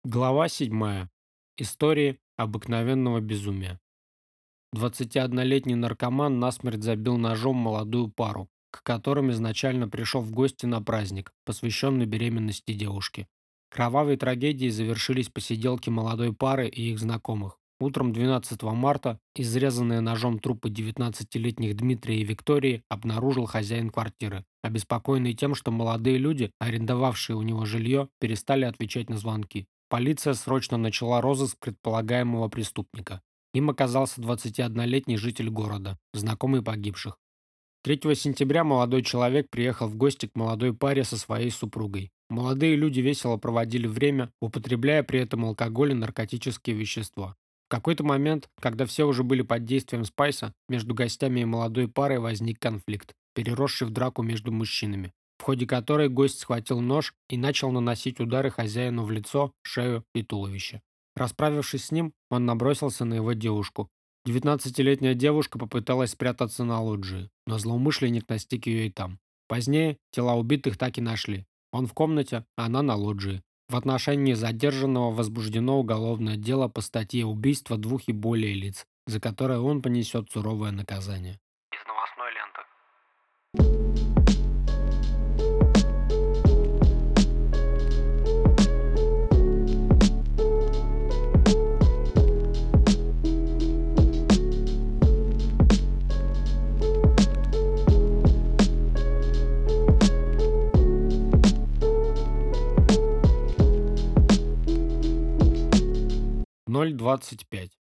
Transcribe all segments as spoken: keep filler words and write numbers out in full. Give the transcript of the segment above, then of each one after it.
Глава седьмая. Истории обыкновенного безумия. Двадцатиоднолетний наркоман насмерть забил ножом молодую пару, к которым изначально пришел в гости на праздник, посвященный беременности девушки. Кровавые трагедии завершились посиделки молодой пары и их знакомых. Утром двенадцатого марта изрезанные ножом трупы девятнадцатилетних Дмитрия и Виктории обнаружил хозяин квартиры, обеспокоенный тем, что молодые люди, арендовавшие у него жилье, перестали отвечать на звонки. Полиция срочно начала розыск предполагаемого преступника. Им оказался двадцатиоднолетний житель города, знакомый погибших. третьего сентября молодой человек приехал в гости к молодой паре со своей супругой. Молодые люди весело проводили время, употребляя при этом алкоголь и наркотические вещества. В какой-то момент, когда все уже были под действием спайса, между гостями и молодой парой возник конфликт, переросший в драку между мужчинами, в ходе которой гость схватил нож и начал наносить удары хозяину в лицо, шею и туловище. Расправившись с ним, он набросился на его девушку. Девятнадцатилетняя девушка попыталась спрятаться на лоджии, но злоумышленник настиг ее и там. Позднее тела убитых так и нашли. Он в комнате, а она на лоджии. В отношении задержанного возбуждено уголовное дело по статье «Убийство двух и более лиц», за которое он понесет суровое наказание. Из новостной ленты. ноль двадцать пять.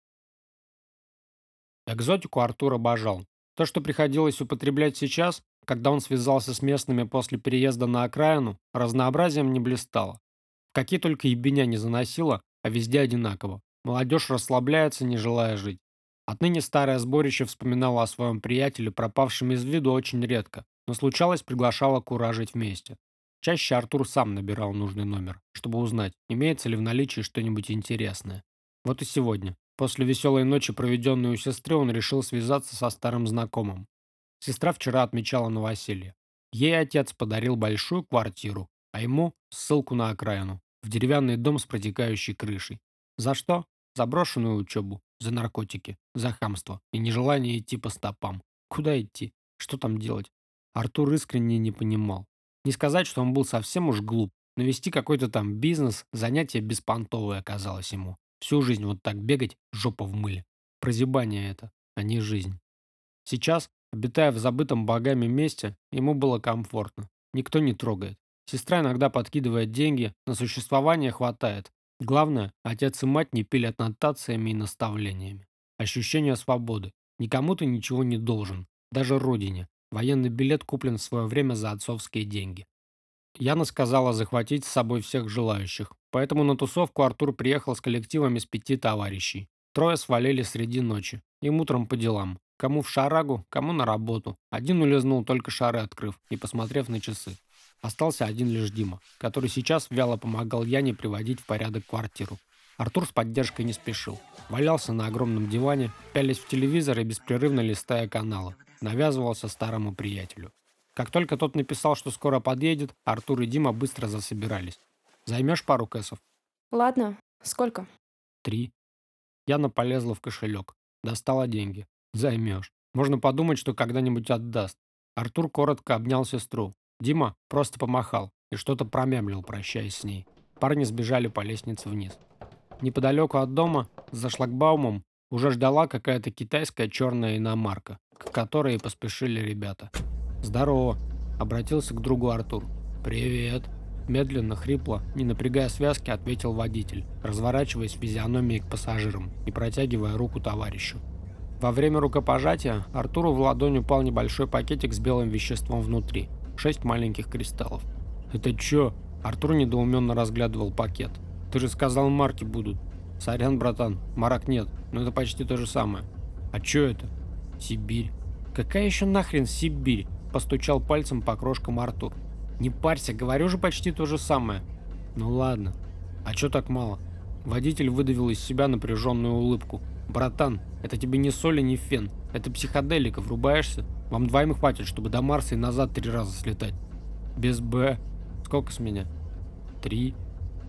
Экзотику Артур обожал. То, что приходилось употреблять сейчас, когда он связался с местными после переезда на окраину, разнообразием не блистало. В какие только ебеня не заносило, а везде одинаково. Молодежь расслабляется, не желая жить. Отныне старое сборище вспоминало о своем приятеле, пропавшем из виду очень редко, но случалось приглашало куражить вместе. Чаще Артур сам набирал нужный номер, чтобы узнать, имеется ли в наличии что-нибудь интересное. Вот и сегодня, после веселой ночи, проведенной у сестры, он решил связаться со старым знакомым. Сестра вчера отмечала новоселье. Ей отец подарил большую квартиру, а ему ссылку на окраину, в деревянный дом с протекающей крышей. За что? За брошенную учебу, за наркотики, за хамство и нежелание идти по стопам. Куда идти? Что там делать? Артур искренне не понимал. Не сказать, что он был совсем уж глуп, но вести какой-то там бизнес, занятие беспонтовое оказалось ему. Всю жизнь вот так бегать, жопа в мыле. Прозябание это, а не жизнь. Сейчас, обитая в забытом богами месте, ему было комфортно. Никто не трогает. Сестра иногда подкидывает деньги, на существование хватает. Главное, отец и мать не пилят нотациями и наставлениями. Ощущение свободы. Никому ты ничего не должен. Даже родине. Военный билет куплен в свое время за отцовские деньги. Яна сказала захватить с собой всех желающих, поэтому на тусовку Артур приехал с коллективом из пяти товарищей. Трое свалили среди ночи, им утром по делам. Кому в шарагу, кому на работу. Один улизнул, только шары открыв и посмотрев на часы. Остался один лишь Дима, который сейчас вяло помогал Яне приводить в порядок квартиру. Артур с поддержкой не спешил. Валялся на огромном диване, пялясь в телевизор и беспрерывно листая каналы. Навязывался старому приятелю. Как только тот написал, что скоро подъедет, Артур и Дима быстро засобирались. «Займешь пару кэсов?» Ладно, сколько? «Три». Яна полезла в кошелек. Достала деньги. «Займешь. Можно подумать, что когда-нибудь отдаст». Артур коротко обнял сестру. Дима просто помахал и что-то промямлил, прощаясь с ней. Парни сбежали по лестнице вниз. Неподалеку от дома, за шлагбаумом, уже ждала какая-то китайская черная иномарка, к которой и поспешили ребята. «Здорово», — обратился к другу Артур. «Привет», — медленно, хрипло, не напрягая связки, ответил водитель, разворачиваясь физиономией к пассажирам и протягивая руку товарищу. Во время рукопожатия Артуру в ладонь упал небольшой пакетик с белым веществом внутри. Шесть маленьких кристаллов. «Это чё?» Артур недоуменно разглядывал пакет. «Ты же сказал, марки будут». «Сорян, братан, марок нет, но это почти то же самое». «А чё это?» «Сибирь». «Какая еще нахрен Сибирь?» Постучал пальцем по крошкам Артур. «Не парься, говорю же почти то же самое». «Ну ладно. А чё так мало?» Водитель выдавил из себя напряженную улыбку. «Братан, это тебе не соль и не фен. Это психоделика, врубаешься? Вам двоим хватит, чтобы до Марса и назад три раза слетать». «Без Б. Сколько с меня?» «Три».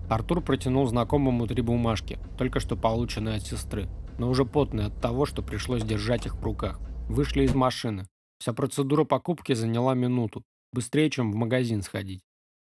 Артур протянул знакомому три бумажки, только что полученные от сестры, но уже потные от того, что пришлось держать их в руках. Вышли из машины. Вся процедура покупки заняла минуту. Быстрее, чем в магазин сходить.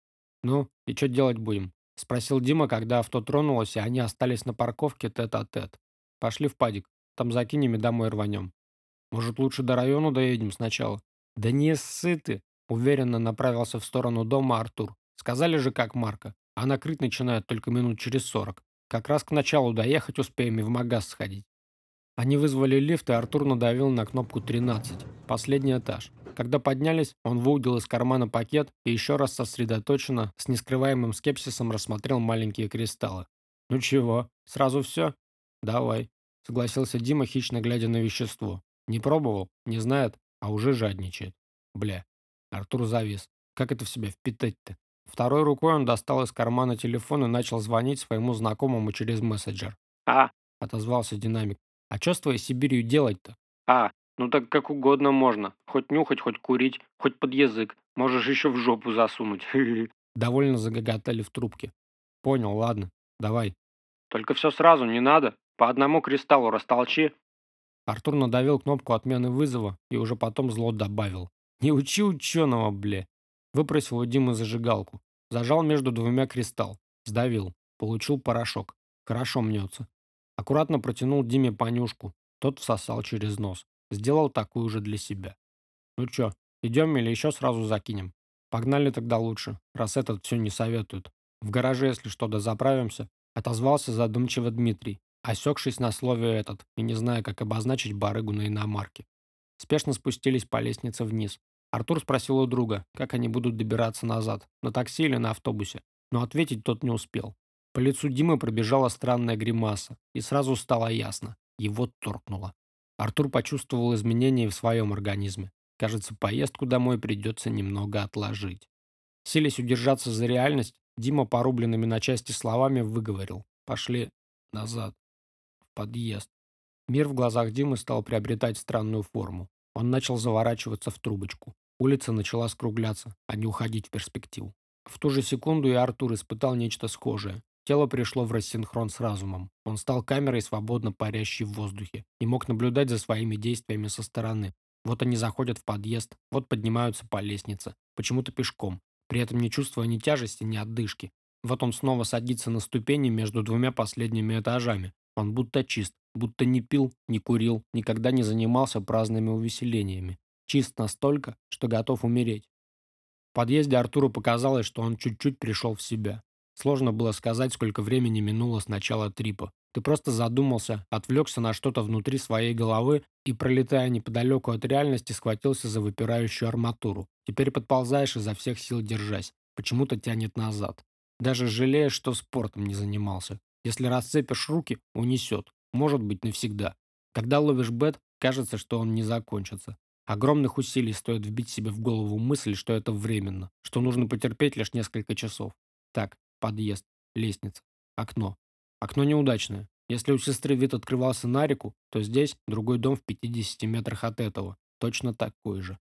«Ну, и что делать будем?» — спросил Дима, когда авто тронулось, и они остались на парковке тет-а-тет. «Пошли в падик. Там закинем и домой рванем. Может, лучше до района доедем сначала?» «Да не ссы ты!» — уверенно направился в сторону дома Артур. «Сказали же, как Марка. А накрыть начинает только минут через сорок. Как раз к началу доехать успеем и в магаз сходить». Они вызвали лифт, и Артур надавил на кнопку тринадцать, последний этаж. Когда поднялись, он выудил из кармана пакет и еще раз сосредоточенно, с нескрываемым скепсисом рассмотрел маленькие кристаллы. «Ну чего, сразу все?» «Давай», — согласился Дима, хищно глядя на вещество. «Не пробовал, не знает, а уже жадничает». «Бля». Артур завис. «Как это в себя впитать-то?» Второй рукой он достал из кармана телефон и начал звонить своему знакомому через мессенджер. «А», — отозвался динамик. «А что с твоей Сибирью делать-то?» «А, ну так как угодно можно. Хоть нюхать, хоть курить, хоть под язык. Можешь еще в жопу засунуть». Довольно загоготали в трубке. «Понял, ладно. Давай». «Только все сразу, не надо. По одному кристаллу растолчи». Артур надавил кнопку отмены вызова и уже потом зло добавил. «Не учи ученого, бля». Выпросил у Димы зажигалку. Зажал между двумя кристалл. Сдавил. Получил порошок. Хорошо мнется. Аккуратно протянул Диме понюшку. Тот всосал через нос. Сделал такую же для себя. «Ну чё, идем или еще сразу закинем?» «Погнали тогда лучше, раз этот все не советует. В гараже, если что, да заправимся», — отозвался задумчиво Дмитрий, осекшись на слове «этот» и не зная, как обозначить барыгу на иномарке. Спешно спустились по лестнице вниз. Артур спросил у друга, как они будут добираться назад, на такси или на автобусе, но ответить тот не успел. По лицу Димы пробежала странная гримаса, и сразу стало ясно — его торкнуло. Артур почувствовал изменения в своем организме. Кажется, поездку домой придется немного отложить. Силясь удержаться за реальность, Дима порубленными на части словами выговорил: «Пошли назад, в подъезд». Мир в глазах Димы стал приобретать странную форму. Он начал заворачиваться в трубочку. Улица начала скругляться, а не уходить в перспективу. В ту же секунду и Артур испытал нечто схожее. Тело пришло в рассинхрон с разумом. Он стал камерой, свободно парящей в воздухе, и мог наблюдать за своими действиями со стороны. Вот они заходят в подъезд, вот поднимаются по лестнице, почему-то пешком, при этом не чувствуя ни тяжести, ни отдышки. Вот он снова садится на ступени между двумя последними этажами. Он будто чист, будто не пил, не курил, никогда не занимался праздными увеселениями. Чист настолько, что готов умереть. В подъезде Артуру показалось, что он чуть-чуть пришел в себя. Сложно было сказать, сколько времени минуло с начала трипа. Ты просто задумался, отвлекся на что-то внутри своей головы и, пролетая неподалеку от реальности, схватился за выпирающую арматуру. Теперь подползаешь изо всех сил держась. Почему-то тянет назад. Даже жалеешь, что спортом не занимался. Если расцепишь руки, унесет. Может быть, навсегда. Когда ловишь бет, кажется, что он не закончится. Огромных усилий стоит вбить себе в голову мысль, что это временно, что нужно потерпеть лишь несколько часов. Так, подъезд, лестница, окно. Окно неудачное. Если у сестры вид открывался на реку, то здесь другой дом в пятидесяти метрах от этого. Точно такой же.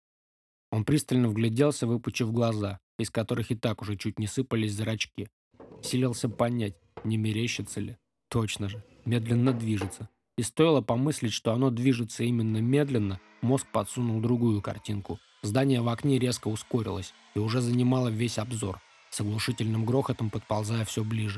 Он пристально вгляделся, выпучив глаза, из которых и так уже чуть не сыпались зрачки. Силился понять, не мерещится ли. Точно же, медленно движется. И стоило помыслить, что оно движется именно медленно, мозг подсунул другую картинку. Здание в окне резко ускорилось и уже занимало весь обзор, с оглушительным грохотом подползая все ближе.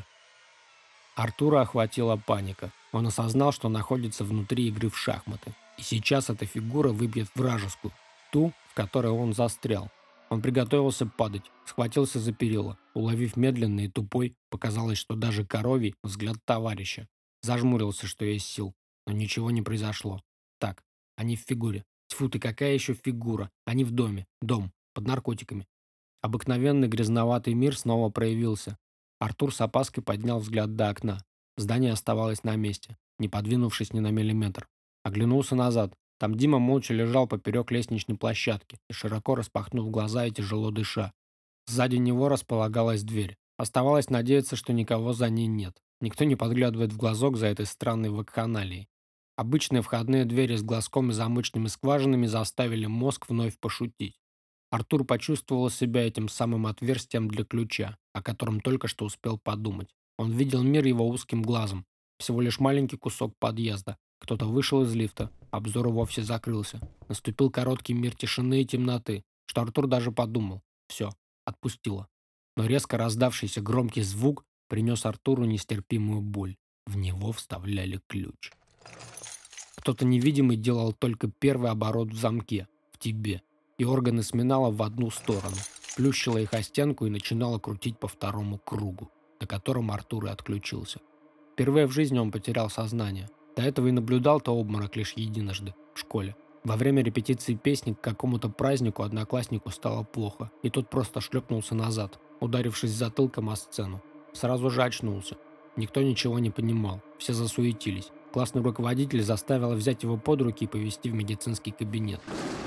Артура охватила паника. Он осознал, что находится внутри игры в шахматы. И сейчас эта фигура выбьет вражескую, ту, в которой он застрял. Он приготовился падать, схватился за перила. Уловив медленный и тупой, показалось, что даже коровий взгляд товарища. Зажмурился, что есть сил. Но ничего не произошло. Так, они в фигуре. Тьфу ты, какая еще фигура? Они в доме. Дом. Под наркотиками. Обыкновенный грязноватый мир снова проявился. Артур с опаской поднял взгляд до окна. Здание оставалось на месте, не подвинувшись ни на миллиметр. Оглянулся назад. Там Дима молча лежал поперек лестничной площадки и широко распахнув глаза и тяжело дыша. Сзади него располагалась дверь. Оставалось надеяться, что никого за ней нет. Никто не подглядывает в глазок за этой странной вакханалией. Обычные входные двери с глазком и замочными скважинами заставили мозг вновь пошутить. Артур почувствовал себя этим самым отверстием для ключа, о котором только что успел подумать. Он видел мир его узким глазом. Всего лишь маленький кусок подъезда. Кто-то вышел из лифта. Обзор вовсе закрылся. Наступил короткий мир тишины и темноты, что Артур даже подумал. Все, отпустило. Но резко раздавшийся громкий звук принес Артуру нестерпимую боль. В него вставляли ключ. Кто-то невидимый делал только первый оборот в замке, в тебе, и органы сминало в одну сторону, плющило их о стенку и начинало крутить по второму кругу, на котором Артур и отключился. Впервые в жизни он потерял сознание. До этого и наблюдал-то обморок лишь единожды, в школе. Во время репетиции песни к какому-то празднику однокласснику стало плохо, и тот просто шлепнулся назад, ударившись затылком о сцену. Сразу же очнулся. Никто ничего не понимал, все засуетились. Классный руководитель заставил взять его под руки и повезти в медицинский кабинет.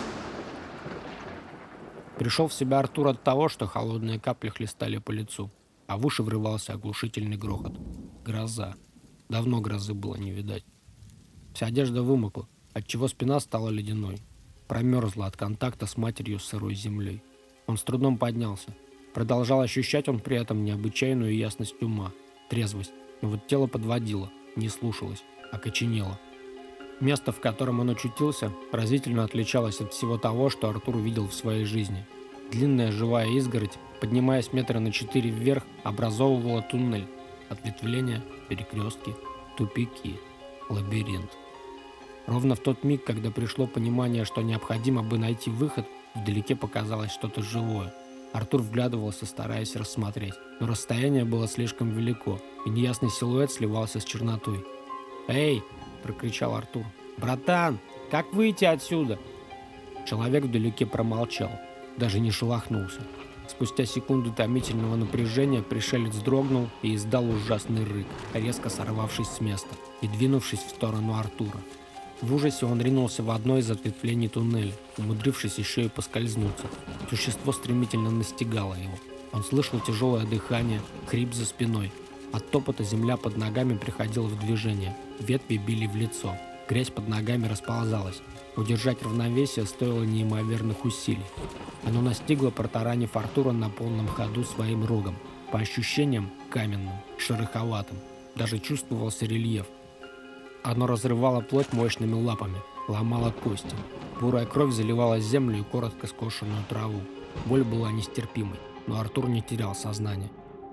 Пришел в себя Артур от того, что холодные капли хлестали по лицу, а в уши врывался оглушительный грохот. Гроза. Давно грозы было не видать. Вся одежда вымокла, отчего спина стала ледяной. Промерзла от контакта с матерью сырой землей. Он с трудом поднялся. Продолжал ощущать он при этом необычайную ясность ума, трезвость, но вот тело подводило, не слушалось, окоченело. Место, в котором он очутился, разительно отличалось от всего того, что Артур видел в своей жизни. Длинная живая изгородь, поднимаясь метра на четыре вверх, образовывала туннель. Ответвления, перекрестки, тупики, лабиринт. Ровно в тот миг, когда пришло понимание, что необходимо бы найти выход, вдалеке показалось что-то живое. Артур вглядывался, стараясь рассмотреть, но расстояние было слишком велико, и неясный силуэт сливался с чернотой. «Эй!» – прокричал Артур. «Братан, как выйти отсюда?» Человек вдалеке промолчал, даже не шелохнулся. Спустя секунду томительного напряжения пришелец дрогнул и издал ужасный рык, резко сорвавшись с места и двинувшись в сторону Артура. В ужасе он ринулся в одно из ответвлений туннеля, умудрившись еще и поскользнуться. Существо стремительно настигало его. Он слышал тяжелое дыхание, хрип за спиной. От топота земля под ногами приходила в движение. Ветви били в лицо. Грязь под ногами расползалась. Удержать равновесие стоило неимоверных усилий. Оно настигло, протаранив Артура на полном ходу своим рогом. По ощущениям каменным, шероховатым. Даже чувствовался рельеф. Оно разрывало плоть мощными лапами, ломало кости. Бурая кровь заливала землю и коротко скошенную траву. Боль была нестерпимой, но Артур не терял сознание.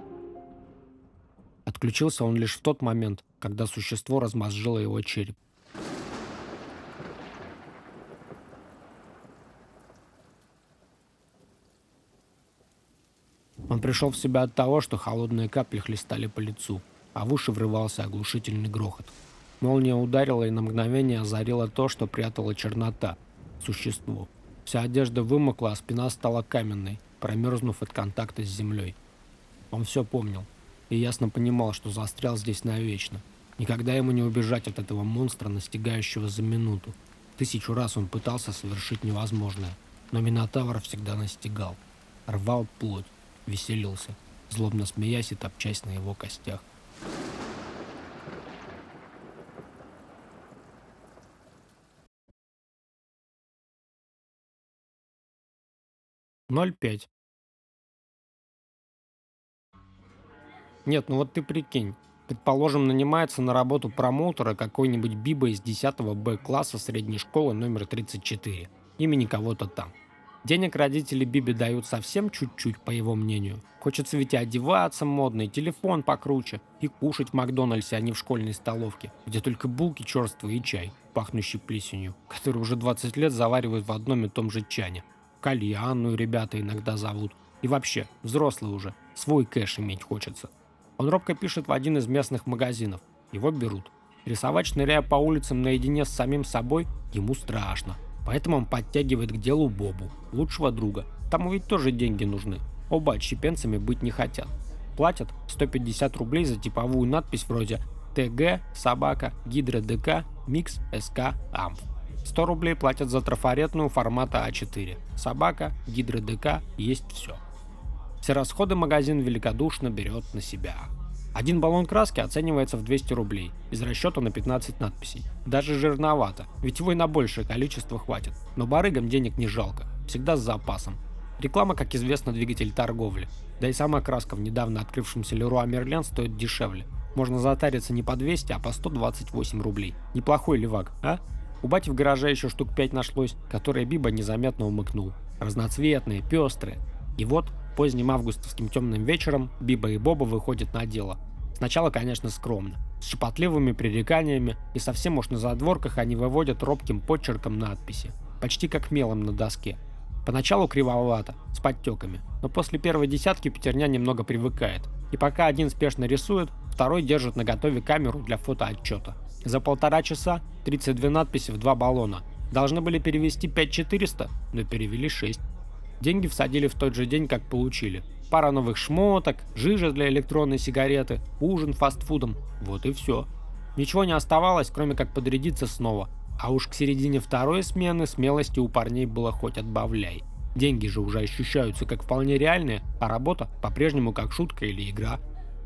Отключился он лишь в тот момент, когда существо размозжило его череп. Он пришел в себя от того, что холодные капли хлестали по лицу, а в уши врывался оглушительный грохот. Молния ударила и на мгновение озарила то, что прятала чернота, существо. Вся одежда вымокла, а спина стала каменной, промерзнув от контакта с землей. Он все помнил и ясно понимал, что застрял здесь навечно. Никогда ему не убежать от этого монстра, настигающего за минуту. Тысячу раз он пытался совершить невозможное, но Минотавр всегда настигал. Рвал плоть, веселился, злобно смеясь и топчась на его костях. ноль пять. Нет, ну вот ты прикинь. Предположим, нанимается на работу промоутера какой-нибудь Биба из десятого Б класса средней школы номер тридцать четыре. Имени кого-то там. Денег родители Биби дают совсем чуть-чуть, по его мнению. Хочется ведь и одеваться модно, и телефон покруче, и кушать в Макдональдсе, а не в школьной столовке, где только булки черствые и чай, пахнущий плесенью, который уже двадцать лет заваривают в одном и том же чане. Кальянную ребята иногда зовут. И вообще, взрослый уже, свой кэш иметь хочется. Он робко пишет в один из местных магазинов. Его берут. Рисовать, шныряя по улицам наедине с самим собой, ему страшно. Поэтому он подтягивает к делу Бобу, лучшего друга. Тому ведь тоже деньги нужны. Оба отщепенцами быть не хотят. Платят сто пятьдесят рублей за типовую надпись вроде «ТГ, собака, гидро-ДК, микс, СК, амф». сто рублей платят за трафаретную формата А четыре. Собака, гидро-ДК, есть все. Все расходы магазин великодушно берет на себя. Один баллон краски оценивается в двести рублей, из расчета на пятнадцать надписей. Даже жирновато, ведь его и на большее количество хватит. Но барыгам денег не жалко, всегда с запасом. Реклама, как известно, двигатель торговли. Да и сама краска в недавно открывшемся Леруа Мерлен стоит дешевле. Можно затариться не по двести, а по сто двадцать восемь рублей. Неплохой левак, а? У бати в гараже еще штук пять нашлось, которые Биба незаметно умыкнул. Разноцветные, пестрые. И вот, поздним августовским темным вечером Биба и Боба выходят на дело. Сначала, конечно, скромно, с шепотливыми пререканиями, и совсем уж на задворках они выводят робким подчерком надписи, почти как мелом на доске. Поначалу кривовато, с подтеками, но после первой десятки пятерня немного привыкает, и пока один спешно рисует, второй держит наготове камеру для фотоотчета. За полтора часа тридцать две надписи в два баллона. Должны были перевести пять тысяч четыреста, но перевели шесть. Деньги всадили в тот же день, как получили. Пара новых шмоток, жижа для электронной сигареты, ужин фастфудом. Вот и все. Ничего не оставалось, кроме как подрядиться снова. А уж к середине второй смены смелости у парней было хоть отбавляй. Деньги же уже ощущаются как вполне реальные, а работа по-прежнему как шутка или игра.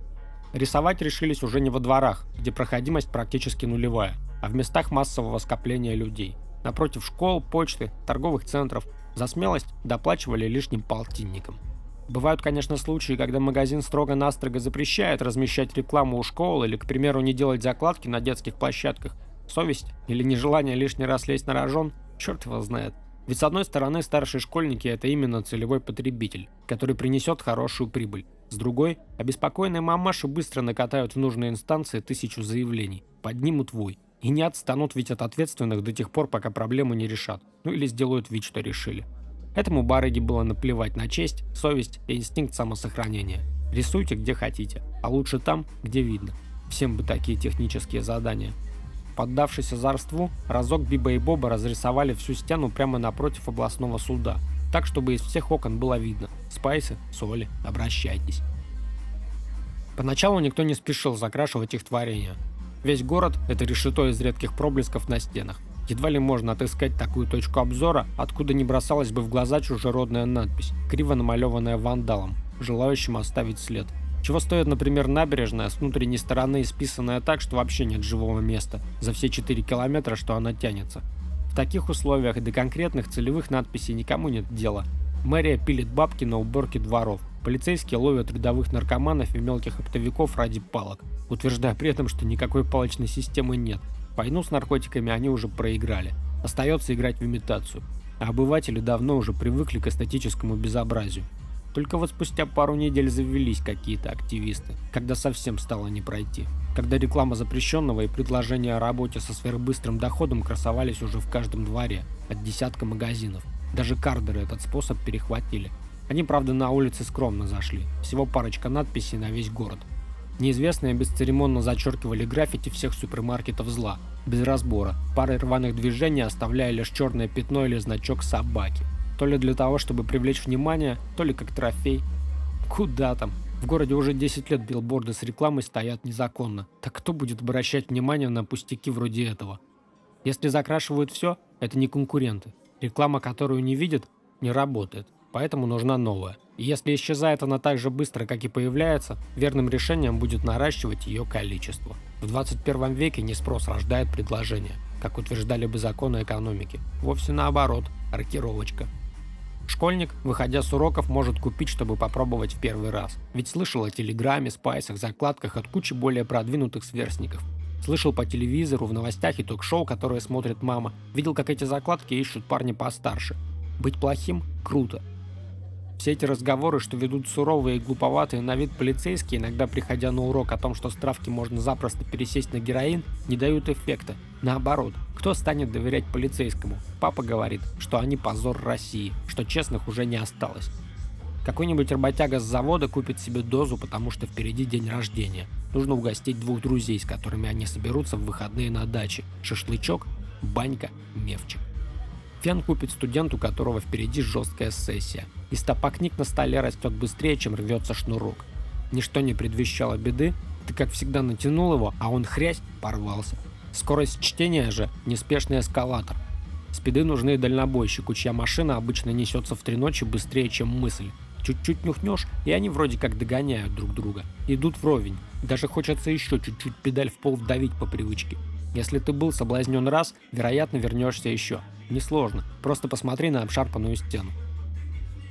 Рисовать решились уже не во дворах, где проходимость практически нулевая, а в местах массового скопления людей. Напротив школ, почты, торговых центров. За смелость доплачивали лишним полтинником. Бывают, конечно, случаи, когда магазин строго-настрого запрещает размещать рекламу у школ или, к примеру, не делать закладки на детских площадках. Совесть или нежелание лишний раз лезть на рожон, черт его знает. Ведь с одной стороны, старшие школьники – это именно целевой потребитель, который принесет хорошую прибыль. С другой, обеспокоенные мамаши быстро накатают в нужные инстанции тысячу заявлений, поднимут вой. И не отстанут ведь от ответственных до тех пор, пока проблему не решат. Ну или сделают вид, что решили. Этому барыге было наплевать на честь, совесть и инстинкт самосохранения. Рисуйте где хотите, а лучше там, где видно. Всем бы такие технические задания. Поддавшись озорству, разок Биба и Боба разрисовали всю стену прямо напротив областного суда, так, чтобы из всех окон было видно. Спайсы, соли, обращайтесь. Поначалу никто не спешил закрашивать их творения. Весь город – это решето из редких проблесков на стенах. Едва ли можно отыскать такую точку обзора, откуда не бросалась бы в глаза чужеродная надпись, криво намалеванная вандалом, желающим оставить след. Чего стоит, например, набережная с внутренней стороны, исписанная так, что вообще нет живого места, за все четыре километра, что она тянется. В таких условиях до конкретных целевых надписей никому нет дела. Мэрия пилит бабки на уборке дворов. Полицейские ловят рядовых наркоманов и мелких оптовиков ради палок, утверждая при этом, что никакой палочной системы нет. Войну с наркотиками они уже проиграли. Остается играть в имитацию. А обыватели давно уже привыкли к эстетическому безобразию. Только вот спустя пару недель завелись какие-то активисты, когда совсем стало не пройти. Когда реклама запрещенного и предложения о работе со сверхбыстрым доходом красовались уже в каждом дворе, от десятка магазинов. Даже кардеры этот способ перехватили. Они, правда, на улице скромно зашли. Всего парочка надписей на весь город. Неизвестные бесцеремонно зачеркивали граффити всех супермаркетов зла, без разбора, парой рваных движений оставляя лишь черное пятно или значок собаки. То ли для того, чтобы привлечь внимание, то ли как трофей. Куда там? В городе уже десять лет билборды с рекламой стоят незаконно. Так кто будет обращать внимание на пустяки вроде этого? Если закрашивают все, это не конкуренты. Реклама, которую не видят, не работает. Поэтому нужна новая. И если исчезает она так же быстро, как и появляется, верным решением будет наращивать ее количество. В двадцать первом веке не спрос рождает предложение, как утверждали бы законы экономики. Вовсе наоборот, рокировочка. Школьник, выходя с уроков, может купить, чтобы попробовать в первый раз. Ведь слышал о телеграме, спайсах, закладках от кучи более продвинутых сверстников. Слышал по телевизору, в новостях и ток-шоу, которые смотрит мама. Видел, как эти закладки ищут парни постарше. Быть плохим – круто. Все эти разговоры, что ведут суровые и глуповатые на вид полицейские, иногда приходя на урок о том, что с травки можно запросто пересесть на героин, не дают эффекта. Наоборот, кто станет доверять полицейскому? Папа говорит, что они позор России, что честных уже не осталось. Какой-нибудь работяга с завода купит себе дозу, потому что впереди день рождения. Нужно угостить двух друзей, с которыми они соберутся в выходные на даче. Шашлычок, банька, мевчик. Фен купит студент, у которого впереди жесткая сессия. И стопа книг на столе растет быстрее, чем рвется шнурок. Ничто не предвещало беды, ты как всегда натянул его, а он хрясь порвался. Скорость чтения же – неспешный эскалатор. Спиды нужны дальнобойщику, чья машина обычно несется в три ночи быстрее, чем мысль. Чуть-чуть нюхнешь, и они вроде как догоняют друг друга. Идут вровень. Даже хочется еще чуть-чуть педаль в пол вдавить по привычке. Если ты был соблазнен раз, вероятно, вернешься еще. Несложно, просто посмотри на обшарпанную стену.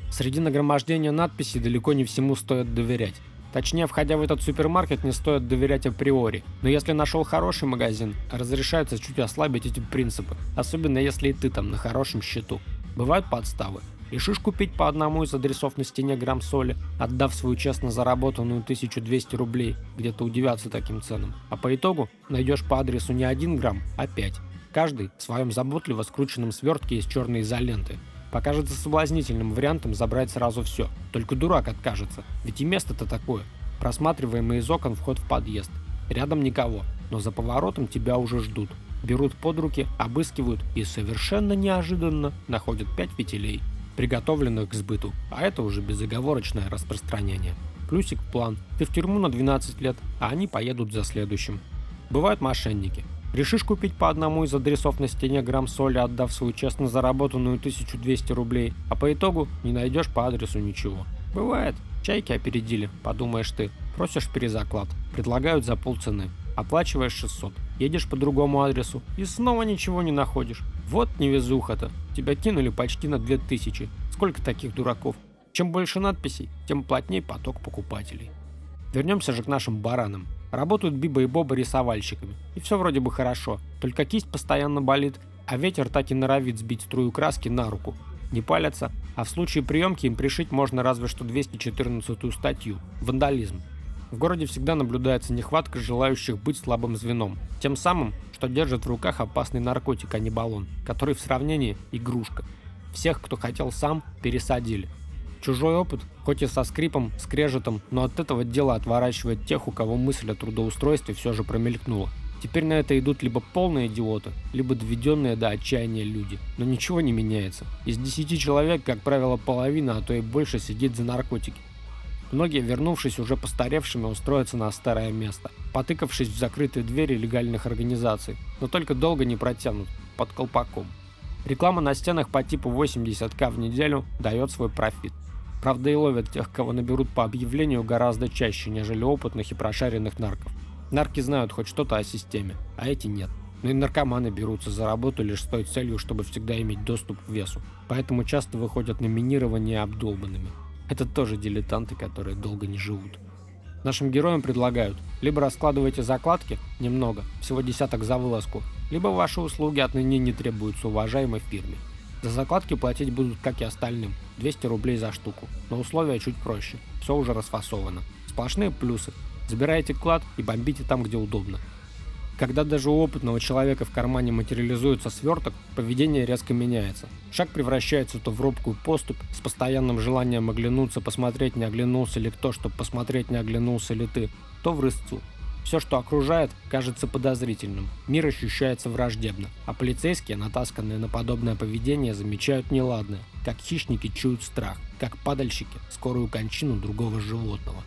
Среди нагромождения надписей далеко не всему стоит доверять. Точнее, входя в этот супермаркет, не стоит доверять априори. Но если нашел хороший магазин, разрешается чуть ослабить эти принципы, особенно если и ты там на хорошем счету. Бывают подставы. Решишь купить по одному из адресов на стене грамм соли, отдав свою честно заработанную тысячу двести рублей, где-то удивятся таким ценам. А по итогу найдешь по адресу не один грамм, а пять. Каждый в своем заботливо скрученном свертке из черной изоленты. Покажется соблазнительным вариантом забрать сразу все. Только дурак откажется, ведь и место-то такое. Просматриваемый из окон вход в подъезд. Рядом никого, но за поворотом тебя уже ждут. Берут под руки, обыскивают и совершенно неожиданно находят пять фитилей, приготовленных к сбыту. А это уже безоговорочное распространение. Плюсик в план. Ты в тюрьму на двенадцать лет, а они поедут за следующим. Бывают мошенники. Решишь купить по одному из адресов на стене грамм соли, отдав свою честно заработанную тысячу двести рублей, а по итогу не найдешь по адресу ничего. Бывает. Чайки опередили, подумаешь ты. Просишь перезаклад, предлагают за полцены. Оплачиваешь шестьсот, едешь по другому адресу и снова ничего не находишь. Вот невезуха-то. Тебя кинули почти на две тысячи. Сколько таких дураков? Чем больше надписей, тем плотнее поток покупателей. Вернемся же к нашим баранам. Работают Биба и Боба рисовальщиками. И все вроде бы хорошо, только кисть постоянно болит, а ветер так и норовит сбить струю краски на руку. Не палятся, а в случае приемки им пришить можно разве что двести четырнадцатую статью – вандализм. В городе всегда наблюдается нехватка желающих быть слабым звеном, тем самым, что держит в руках опасный наркотик, а не баллон, который в сравнении – игрушка. Всех, кто хотел сам, пересадили. Чужой опыт, хоть и со скрипом, скрежетом, но от этого дела отворачивает тех, у кого мысль о трудоустройстве все же промелькнула. Теперь на это идут либо полные идиоты, либо доведенные до отчаяния люди. Но ничего не меняется. Из десяти человек, как правило, половина, а то и больше сидит за наркотики. Многие, вернувшись уже постаревшими, устроятся на старое место, потыкавшись в закрытые двери легальных организаций, но только долго не протянут, под колпаком. Реклама на стенах по типу восемьдесят тысяч в неделю дает свой профит. Правда, и ловят тех, кого наберут по объявлению, гораздо чаще, нежели опытных и прошаренных нарков. Нарки знают хоть что-то о системе, а эти нет. Но и наркоманы берутся за работу лишь с той целью, чтобы всегда иметь доступ к весу. Поэтому часто выходят на минирование обдолбанными. Это тоже дилетанты, которые долго не живут. Нашим героям предлагают: либо раскладывайте закладки, немного, всего десяток за вылазку, либо ваши услуги отныне не требуются уважаемой фирме. За закладки платить будут, как и остальным, двести рублей за штуку, но условия чуть проще, все уже расфасовано. Сплошные плюсы. Забираете клад и бомбите там, где удобно. Когда даже у опытного человека в кармане материализуется сверток, поведение резко меняется. Шаг превращается то в робкую поступь с постоянным желанием оглянуться, посмотреть, не оглянулся ли кто, чтобы посмотреть, не оглянулся ли ты, то в рысцу. Все, что окружает, кажется подозрительным, мир ощущается враждебно, а полицейские, натасканные на подобное поведение, замечают неладное, как хищники чуют страх, как падальщики скорую кончину другого животного.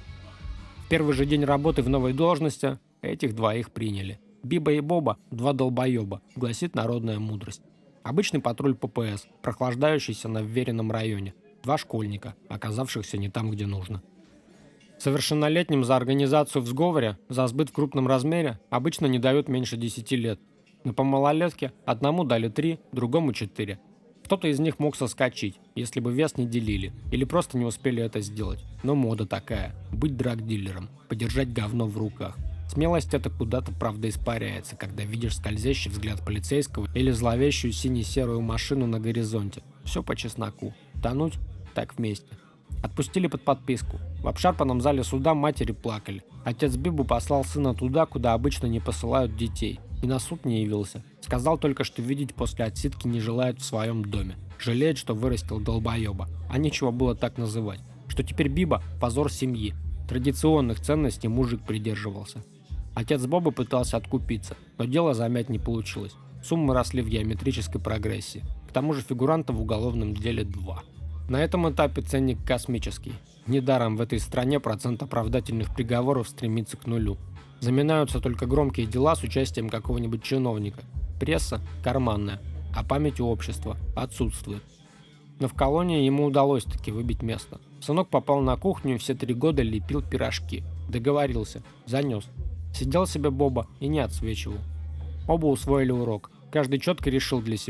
В первый же день работы в новой должности этих двоих приняли. Биба и Боба – два долбоеба, гласит народная мудрость. Обычный патруль ППС, прохлаждающийся на вверенном районе. Два школьника, оказавшихся не там, где нужно. Совершеннолетним за организацию в сговоре, за сбыт в крупном размере обычно не дают меньше десяти лет. Но по малолетке одному дали три, другому четыре. Кто-то из них мог соскочить, если бы вес не делили, или просто не успели это сделать. Но мода такая – быть драг-дилером, подержать говно в руках. Смелость эта куда-то, правда, испаряется, когда видишь скользящий взгляд полицейского или зловещую сине-серую машину на горизонте. Все по чесноку. Тонуть – так вместе. Отпустили под подписку. В обшарпанном зале суда матери плакали. Отец Бибу послал сына туда, куда обычно не посылают детей. И на суд не явился. Сказал только, что видеть после отсидки не желает в своем доме. Жалеет, что вырастил долбоеба. А нечего было так называть. Что теперь Биба – позор семьи. Традиционных ценностей мужик придерживался. Отец Боба пытался откупиться, но дело замять не получилось. Суммы росли в геометрической прогрессии. К тому же фигуранта в уголовном деле два. На этом этапе ценник космический. Недаром в этой стране процент оправдательных приговоров стремится к нулю. Заминаются только громкие дела с участием какого-нибудь чиновника. Пресса – карманная, а память у общества отсутствует. Но в колонии ему удалось таки выбить место. Сынок попал на кухню и все три года лепил пирожки. Договорился, занес. Сидел себе Боба и не отсвечивал. Оба усвоили урок. Каждый четко решил для себя: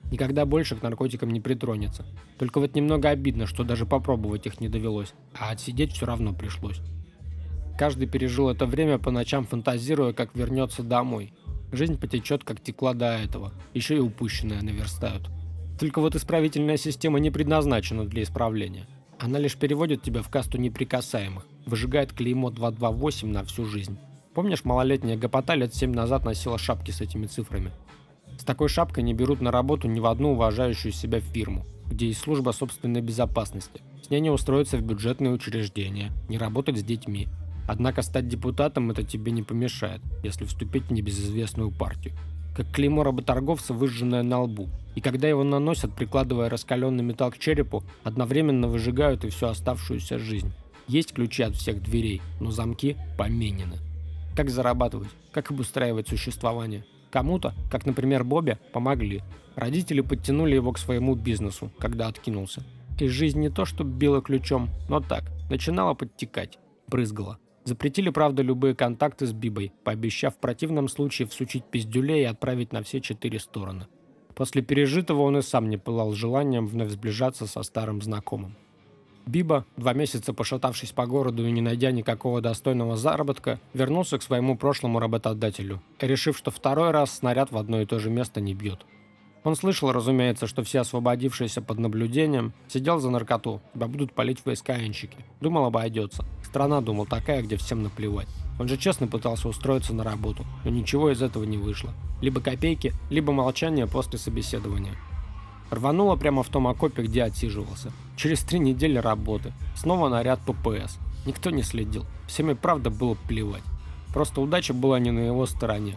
Никогда больше к наркотикам не притронется. Только вот немного обидно, что даже попробовать их не довелось, а отсидеть все равно пришлось. Каждый пережил это время по ночам, фантазируя, как вернется домой. Жизнь потечет, как текла до этого, еще и упущенное наверстают. Только вот исправительная система не предназначена для исправления. Она лишь переводит тебя в касту неприкасаемых, выжигает клеймо двести двадцать восемь на всю жизнь. Помнишь, малолетняя гопота лет семь назад носила шапки с этими цифрами? С такой шапкой не берут на работу ни в одну уважающую себя фирму, где есть служба собственной безопасности. С ней не устроиться в бюджетные учреждения, не работать с детьми. Однако стать депутатом это тебе не помешает, если вступить в небезызвестную партию. Как клеймо работорговца, выжженное на лбу. И когда его наносят, прикладывая раскаленный металл к черепу, одновременно выжигают и всю оставшуюся жизнь. Есть ключи от всех дверей, но замки поменены. Как зарабатывать? Как обустраивать существование? Кому-то, как, например, Бобе, помогли. Родители подтянули его к своему бизнесу, когда откинулся. И жизнь не то чтобы била ключом, но так, начинала подтекать, брызгала. Запретили, правда, любые контакты с Бибой, пообещав в противном случае всучить пиздюлей и отправить на все четыре стороны. После пережитого он и сам не пылал желанием вновь сближаться со старым знакомым. Биба, два месяца пошатавшись по городу и не найдя никакого достойного заработка, вернулся к своему прошлому работодателю, решив, что второй раз снаряд в одно и то же место не бьет. Он слышал, разумеется, что все освободившиеся под наблюдением, сидел за наркоту, тебя будут палить ВСКНщики. Думал, обойдется. Страна, думал, такая, где всем наплевать. Он же честно пытался устроиться на работу, но ничего из этого не вышло. Либо копейки, либо молчание после собеседования. Рвануло прямо в том окопе, где отсиживался. Через три недели работы. Снова наряд ППС. Никто не следил. Всем и правда было плевать. Просто удача была не на его стороне.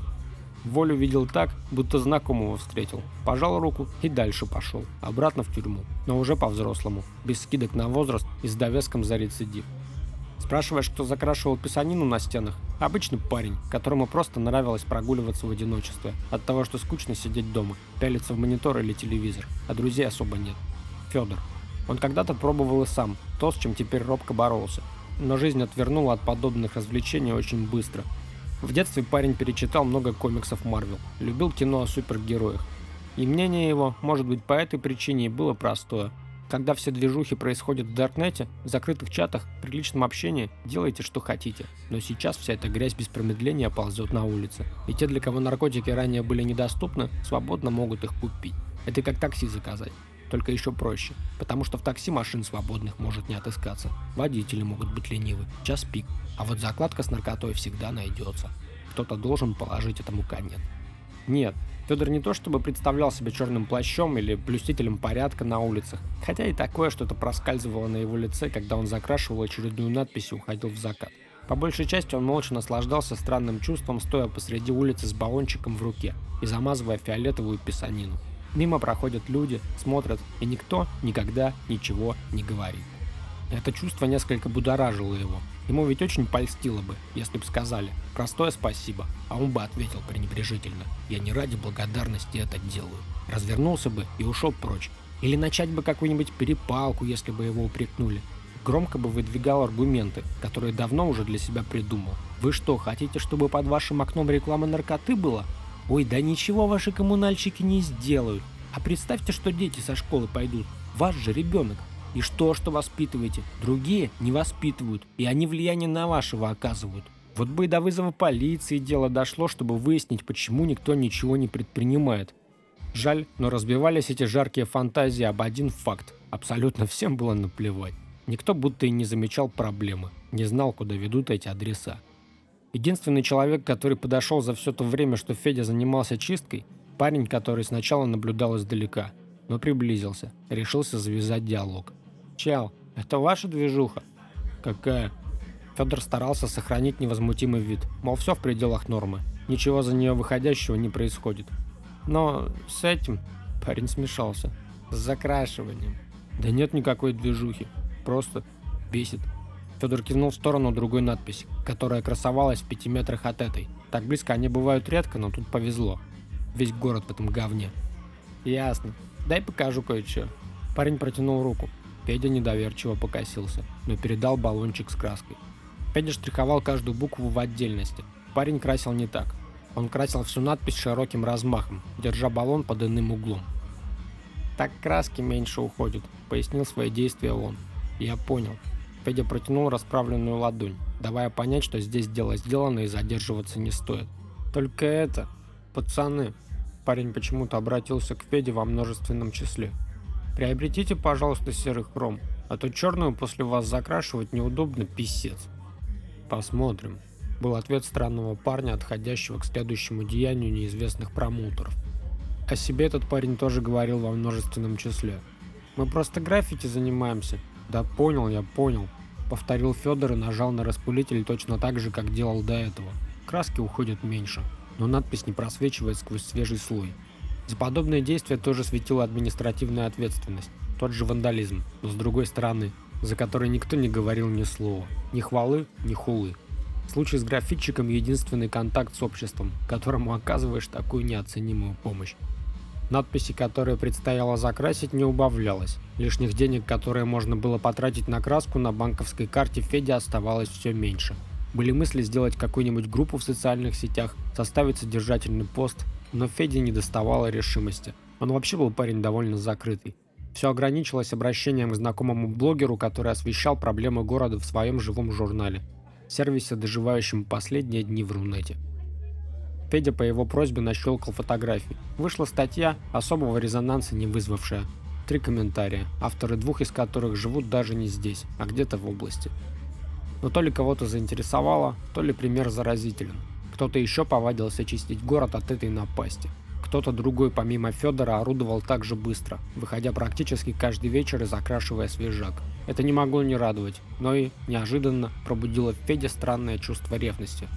Волю видел так, будто знакомого встретил. Пожал руку и дальше пошел. Обратно в тюрьму. Но уже по-взрослому. Без скидок на возраст и с довеском за рецидив. Спрашиваешь, кто закрашивал писанину на стенах? Обычный парень, которому просто нравилось прогуливаться в одиночестве. От того, что скучно сидеть дома, пялиться в монитор или телевизор. А друзей особо нет. Федор. Он когда-то пробовал и сам. То, с чем теперь робко боролся. Но жизнь отвернула от подобных развлечений очень быстро. В детстве парень перечитал много комиксов Марвел, любил кино о супергероях. И мнение его, может быть, по этой причине и было простое. Когда все движухи происходят в Даркнете, в закрытых чатах, при личном общении, делайте, что хотите. Но сейчас вся эта грязь без промедления ползет на улице. И те, для кого наркотики ранее были недоступны, свободно могут их купить. Это как такси заказать. Только еще проще, потому что в такси машин свободных может не отыскаться. Водители могут быть ленивы, час пик, а вот закладка с наркотой всегда найдется. Кто-то должен положить этому конец. Нет, Федор не то чтобы представлял себя черным плащом или блюстителем порядка на улицах, хотя и такое что-то проскальзывало на его лице, когда он закрашивал очередную надпись и уходил в закат. По большей части он молча наслаждался странным чувством, стоя посреди улицы с баллончиком в руке и замазывая фиолетовую писанину. Мимо проходят люди, смотрят, и никто никогда ничего не говорит. Это чувство несколько будоражило его. Ему ведь очень польстило бы, если бы сказали «простое спасибо», а он бы ответил пренебрежительно «я не ради благодарности это делаю». Развернулся бы и ушел прочь. Или начать бы какую-нибудь перепалку, если бы его упрекнули. Громко бы выдвигал аргументы, которые давно уже для себя придумал. «Вы что, хотите, чтобы под вашим окном реклама наркоты была? Ой, да ничего ваши коммунальщики не сделают. А представьте, что дети со школы пойдут. Ваш же ребенок. И что, что воспитываете? Другие не воспитывают, и они влияние на вашего оказывают. Вот бы и до вызова полиции дело дошло, чтобы выяснить, почему никто ничего не предпринимает. Жаль, но разбивались эти жаркие фантазии об один факт. Абсолютно всем было наплевать. Никто будто и не замечал проблемы, не знал, куда ведут эти адреса. Единственный человек, который подошел за все то время, что Федя занимался чисткой, парень, который сначала наблюдал издалека, но приблизился, решился завязать диалог. «Чел, это ваша движуха?» «Какая?» Федор старался сохранить невозмутимый вид, мол, все в пределах нормы, ничего за нее выходящего не происходит. Но с этим парень смешался. С закрашиванием. Да нет никакой движухи, просто бесит. Федор кивнул в сторону другой надписи, которая красовалась в пяти метрах от этой. Так близко они бывают редко, но тут повезло. Весь город в этом говне. Ясно. Дай покажу кое-что. Парень протянул руку. Федя недоверчиво покосился, но передал баллончик с краской. Федя штриховал каждую букву в отдельности. Парень красил не так. Он красил всю надпись широким размахом, держа баллон под иным углом. Так краски меньше уходит, пояснил свои действия он. Я понял. Федя протянул расправленную ладонь, давая понять, что здесь дело сделано и задерживаться не стоит. Только это, пацаны, парень почему-то обратился к Феде во множественном числе. Приобретите, пожалуйста, серый хром, а то черную после вас закрашивать неудобно, писец. Посмотрим. Был ответ странного парня, отходящего к следующему деянию неизвестных промоутеров. О себе этот парень тоже говорил во множественном числе. Мы просто граффити занимаемся. Да понял, я понял. Повторил Федор и нажал на распылитель точно так же, как делал до этого. Краски уходят меньше, но надпись не просвечивает сквозь свежий слой. За подобные действия тоже светила административная ответственность. Тот же вандализм, но с другой стороны, за который никто не говорил ни слова. Ни хвалы, ни хулы. Случай с граффитчиком — единственный контакт с обществом, которому оказываешь такую неоценимую помощь. Надписи, которые предстояло закрасить, не убавлялось. Лишних денег, которые можно было потратить на краску, на банковской карте Феди оставалось все меньше. Были мысли сделать какую-нибудь группу в социальных сетях, составить содержательный пост, но Феде не доставало решимости. Он вообще был парень довольно закрытый. Все ограничилось обращением к знакомому блогеру, который освещал проблемы города в своем живом журнале, сервисе, доживающем последние дни в Рунете. Федя по его просьбе нащелкал фотографии. Вышла статья, особого резонанса не вызвавшая. Три комментария, авторы двух из которых живут даже не здесь, а где-то в области. Но то ли кого-то заинтересовало, то ли пример заразителен. Кто-то еще повадился чистить город от этой напасти. Кто-то другой помимо Федора орудовал так же быстро, выходя практически каждый вечер и закрашивая свежак. Это не могло не радовать, но и, неожиданно, пробудило в Феде странное чувство ревности.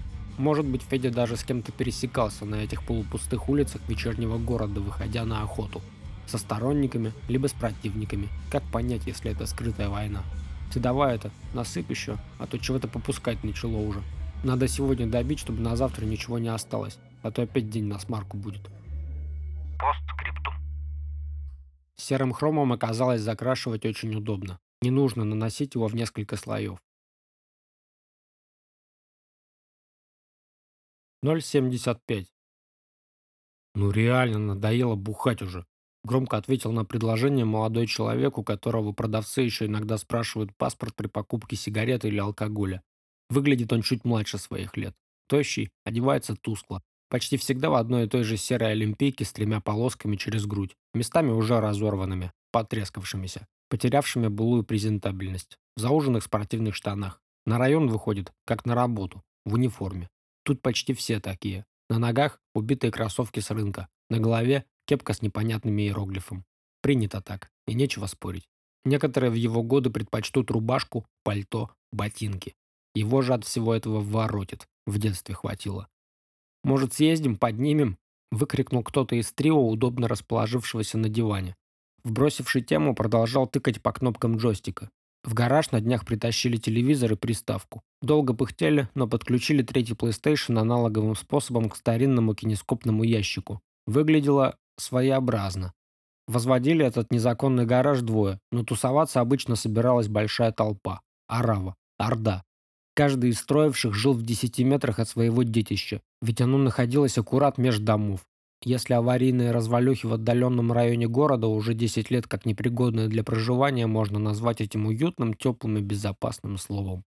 Может быть, Федя даже с кем-то пересекался на этих полупустых улицах вечернего города, выходя на охоту. Со сторонниками, либо с противниками. Как понять, если это скрытая война? Ты давай это, насыпь еще, а то чего-то попускать начало уже. Надо сегодня добить, чтобы на завтра ничего не осталось, а то опять день на смарку будет. Постскриптум. Серым хромом оказалось закрашивать очень удобно. Не нужно наносить его в несколько слоев. ноль семьдесят пять. Ну реально надоело бухать уже. Громко ответил на предложение молодой человек, у которого продавцы еще иногда спрашивают паспорт при покупке сигарет или алкоголя. Выглядит он чуть младше своих лет. Тощий, одевается тускло. Почти всегда в одной и той же серой олимпийке с тремя полосками через грудь, местами уже разорванными, потрескавшимися, потерявшими былую презентабельность. В зауженных спортивных штанах. На район выходит, как на работу, в униформе. Тут почти все такие. На ногах убитые кроссовки с рынка. На голове кепка с непонятными иероглифом. Принято так, и нечего спорить. Некоторые в его годы предпочтут рубашку, пальто, ботинки. Его же от всего этого воротит. В детстве хватило. «Может, съездим, поднимем?» — выкрикнул кто-то из трио, удобно расположившегося на диване. Вбросивший тему, продолжал тыкать по кнопкам джойстика. В гараж на днях притащили телевизор и приставку. Долго пыхтели, но подключили третий PlayStation аналоговым способом к старинному кинескопному ящику. Выглядело своеобразно. Возводили этот незаконный гараж двое, но тусоваться обычно собиралась большая толпа. Орава. Орда. Каждый из строивших жил в десяти метрах от своего детища, ведь оно находилось аккурат меж домов. Если аварийные развалюхи в отдаленном районе города уже десять лет как непригодные для проживания, можно назвать этим уютным, теплым и безопасным словом.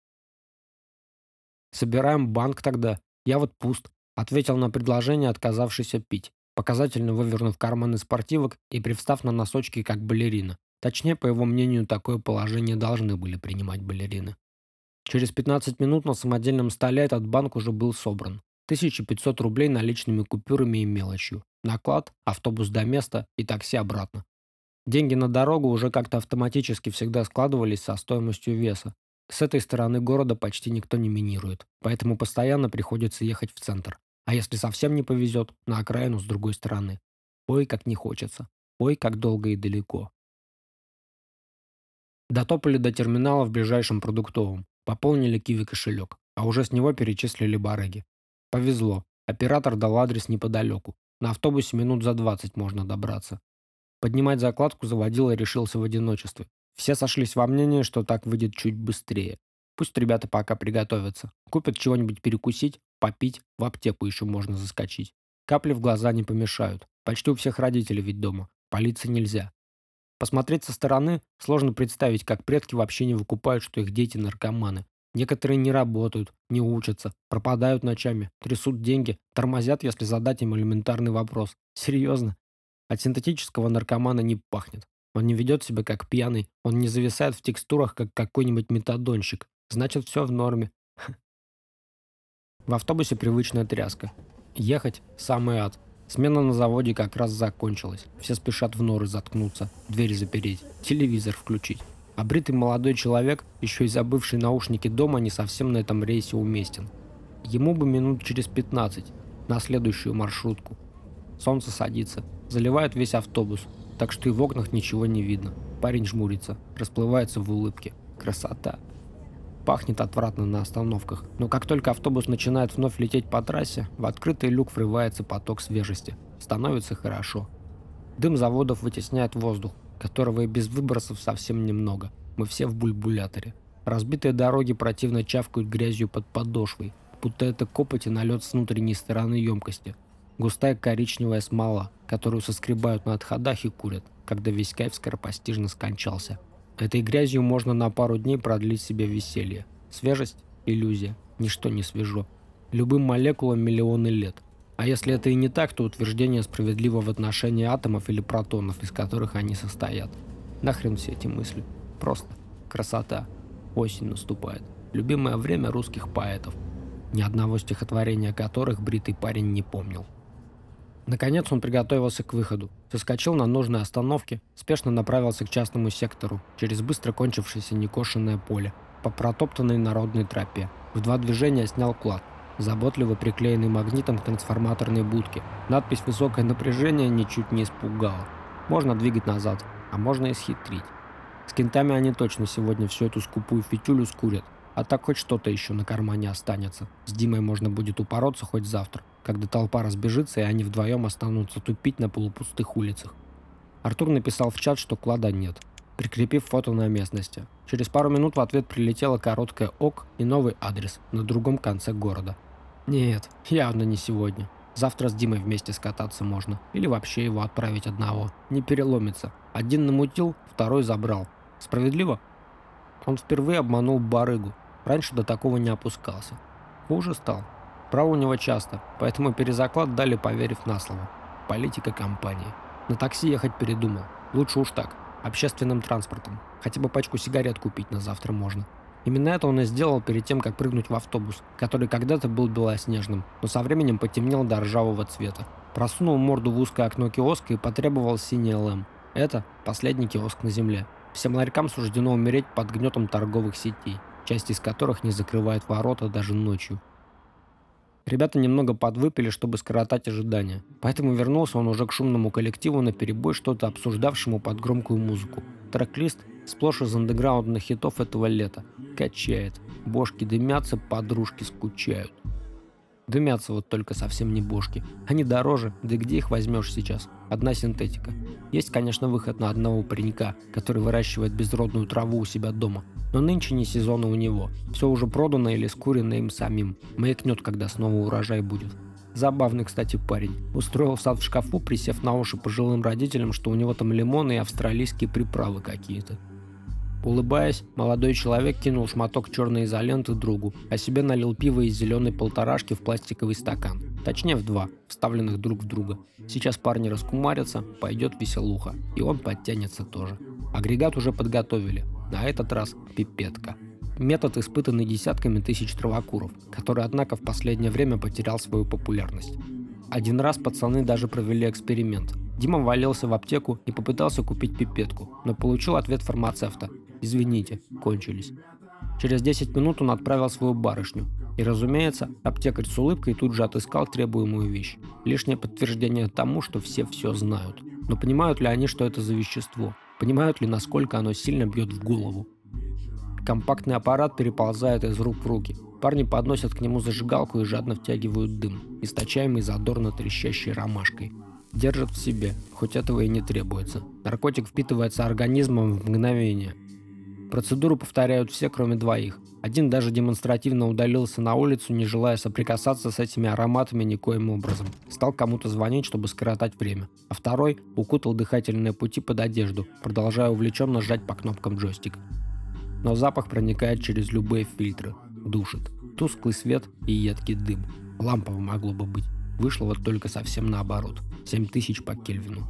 «Собираем банк тогда. Я вот пуст», — ответил на предложение, отказавшийся пить, показательно вывернув карманы спортивок и привстав на носочки, как балерина. Точнее, по его мнению, такое положение должны были принимать балерины. Через пятнадцать минут на самодельном столе этот банк уже был собран. тысяча пятьсот рублей наличными купюрами и мелочью. Наклад, автобус до места и такси обратно. Деньги на дорогу уже как-то автоматически всегда складывались со стоимостью веса. С этой стороны города почти никто не минирует, поэтому постоянно приходится ехать в центр. А если совсем не повезет, на окраину с другой стороны. Ой, как не хочется. Ой, как долго и далеко. Дотопали до терминала в ближайшем продуктовом. Пополнили киви кошелек, а уже с него перечислили барыги. Повезло. Оператор дал адрес неподалеку. На автобусе минут за двадцать можно добраться. Поднимать закладку заводила решился в одиночестве. Все сошлись во мнении, что так выйдет чуть быстрее. Пусть ребята пока приготовятся. Купят чего-нибудь перекусить, попить, в аптеку еще можно заскочить. Капли в глаза не помешают. Почти у всех родителей ведь дома. Полиции нельзя. Посмотреть со стороны сложно представить, как предки вообще не выкупают, что их дети наркоманы. Некоторые не работают, не учатся, пропадают ночами, трясут деньги, тормозят, если задать им элементарный вопрос. Серьезно? От синтетического наркомана не пахнет. Он не ведет себя как пьяный, он не зависает в текстурах, как какой-нибудь метадонщик. Значит, все в норме. В автобусе привычная тряска. Ехать – самый ад. Смена на заводе как раз закончилась. Все спешат в норы заткнуться, двери запереть, телевизор включить. А бритый молодой человек, еще и забывший наушники дома, не совсем на этом рейсе уместен. Ему бы минут через пятнадцать на следующую маршрутку. Солнце садится, заливает весь автобус, так что и в окнах ничего не видно. Парень жмурится, расплывается в улыбке. Красота. Пахнет отвратно на остановках, но как только автобус начинает вновь лететь по трассе, в открытый люк врывается поток свежести. Становится хорошо. Дым заводов вытесняет воздух, которого и без выбросов совсем немного. Мы все в бульбуляторе. Разбитые дороги противно чавкают грязью под подошвой, будто это копоть и налет с внутренней стороны емкости. Густая коричневая смола, которую соскребают на отходах и курят, когда весь кайф скоропостижно скончался. Этой грязью можно на пару дней продлить себе веселье. Свежесть – иллюзия, ничто не свежо. Любым молекулам миллионы лет. А если это и не так, то утверждение справедливо в отношении атомов или протонов, из которых они состоят. Нахрен все эти мысли. Просто красота. Осень наступает. Любимое время русских поэтов. Ни одного стихотворения которых бритый парень не помнил. Наконец он приготовился к выходу, соскочил на нужной остановке, спешно направился к частному сектору, через быстро кончившееся некошенное поле, по протоптанной народной тропе. В два движения снял клад, заботливо приклеенный магнитом к трансформаторной будке. Надпись «Высокое напряжение» ничуть не испугала. Можно двигать назад, а можно и схитрить. С кентами они точно сегодня всю эту скупую фитюлю скурят, а так хоть что-то еще на кармане останется. С Димой можно будет упороться хоть завтра, когда толпа разбежится и они вдвоем останутся тупить на полупустых улицах. Артур написал в чат, что клада нет, прикрепив фото на местности. Через пару минут в ответ прилетело короткое «ок» и новый адрес на другом конце города. Нет, явно не сегодня. Завтра с Димой вместе скататься можно. Или вообще его отправить одного. Не переломится. Один намутил, второй забрал. Справедливо? Он впервые обманул барыгу. Раньше до такого не опускался. Хуже стал. Право у него часто, поэтому перезаклад дали, поверив на слово. Политика компании. На такси ехать передумал. Лучше уж так, общественным транспортом. Хотя бы пачку сигарет купить на завтра можно. Именно это он и сделал перед тем, как прыгнуть в автобус, который когда-то был белоснежным, но со временем потемнел до ржавого цвета. Просунул морду в узкое окно киоска и потребовал синий эл эм. Это последний киоск на земле. Всем ларькам суждено умереть под гнетом торговых сетей, часть из которых не закрывает ворота даже ночью. Ребята немного подвыпили, чтобы скоротать ожидания, поэтому вернулся он уже к шумному коллективу наперебой, что-то обсуждавшему под громкую музыку. Трек-лист сплошь из андеграундных хитов этого лета. Качает. Бошки дымятся, подружки скучают. Дымятся вот только совсем не бошки. Они дороже, да где их возьмешь сейчас? Одна синтетика. Есть, конечно, выход на одного паренька, который выращивает безродную траву у себя дома. Но нынче не сезона у него. Все уже продано или скурено им самим. Маякнет, когда снова урожай будет. Забавный, кстати, парень. Устроил сад в шкафу, присев на уши пожилым родителям, что у него там лимоны и австралийские приправы какие-то. Улыбаясь, молодой человек кинул шматок черной изоленты другу, а себе налил пиво из зеленой полторашки в пластиковый стакан. Точнее в два, вставленных друг в друга. Сейчас парни раскумарятся, пойдет веселуха, и он подтянется тоже. Агрегат уже подготовили. На этот раз пипетка. Метод, испытанный десятками тысяч травокуров, который, однако, в последнее время потерял свою популярность. Один раз пацаны даже провели эксперимент. Дима валился в аптеку и попытался купить пипетку, но получил ответ фармацевта: «Извините, кончились». Через десять минут он отправил свою барышню. И, разумеется, аптекарь с улыбкой тут же отыскал требуемую вещь. Лишнее подтверждение тому, что все все знают. Но понимают ли они, что это за вещество? Понимают ли, насколько оно сильно бьет в голову? Компактный аппарат переползает из рук в руки. Парни подносят к нему зажигалку и жадно втягивают дым, источаемый задорно трещащей ромашкой. Держат в себе, хоть этого и не требуется. Наркотик впитывается организмом в мгновение. Процедуру повторяют все, кроме двоих. Один даже демонстративно удалился на улицу, не желая соприкасаться с этими ароматами никоим образом. Стал кому-то звонить, чтобы скоротать время. А второй укутал дыхательные пути под одежду, продолжая увлеченно жать по кнопкам джойстика. Но запах проникает через любые фильтры. Душит. Тусклый свет и едкий дым. Лампово могло бы быть. Вышло вот только совсем наоборот. семь тысяч по Кельвину.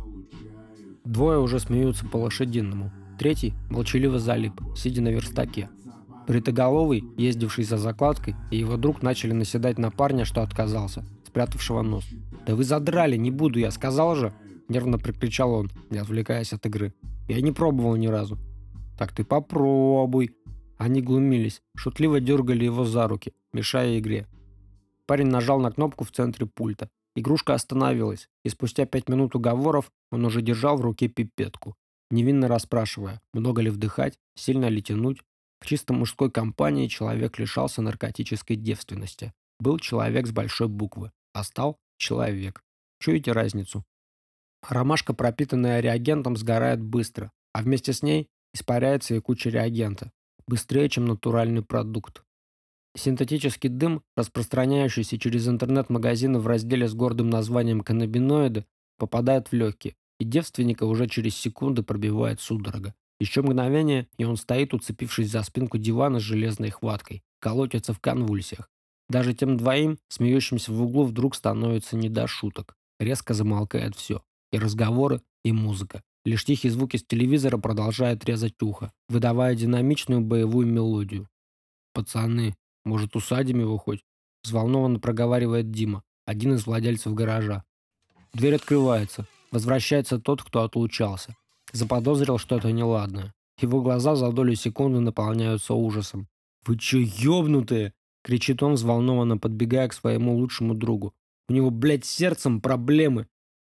Двое уже смеются по-лошадиному. Третий молчаливо залип, сидя на верстаке. Бритоголовый, ездивший за закладкой, и его друг начали наседать на парня, что отказался, спрятавшего нос. «Да вы задрали, не буду я, сказал же!» Нервно прикричал он, не отвлекаясь от игры. «Я не пробовал ни разу». «Так ты попробуй!» Они глумились, шутливо дергали его за руки, мешая игре. Парень нажал на кнопку в центре пульта. Игрушка остановилась, и спустя пять минут уговоров он уже держал в руке пипетку, невинно расспрашивая, много ли вдыхать, сильно ли тянуть. В чисто мужской компании человек лишался наркотической девственности. Был человек с большой буквы, а стал человек. Чуете разницу? Ромашка, пропитанная реагентом, сгорает быстро, а вместе с ней испаряется и куча реагента. Быстрее, чем натуральный продукт. Синтетический дым, распространяющийся через интернет-магазины в разделе с гордым названием «каннабиноиды», попадает в легкие, и девственника уже через секунды пробивает судорога. Еще мгновение, и он стоит, уцепившись за спинку дивана с железной хваткой, колотится в конвульсиях. Даже тем двоим, смеющимся в углу, вдруг становится не до шуток. Резко замолкает все. И разговоры, и музыка. Лишь тихий звук из телевизора продолжает резать ухо, выдавая динамичную боевую мелодию. «Пацаны, может, усадим его хоть?» — взволнованно проговаривает Дима, один из владельцев гаража. Дверь открывается. Возвращается тот, кто отлучался. Заподозрил что-то неладное. Его глаза за долю секунды наполняются ужасом. «Вы чё, ёбнутые?» — кричит он, взволнованно подбегая к своему лучшему другу. «У него, блядь, с сердцем проблемы!»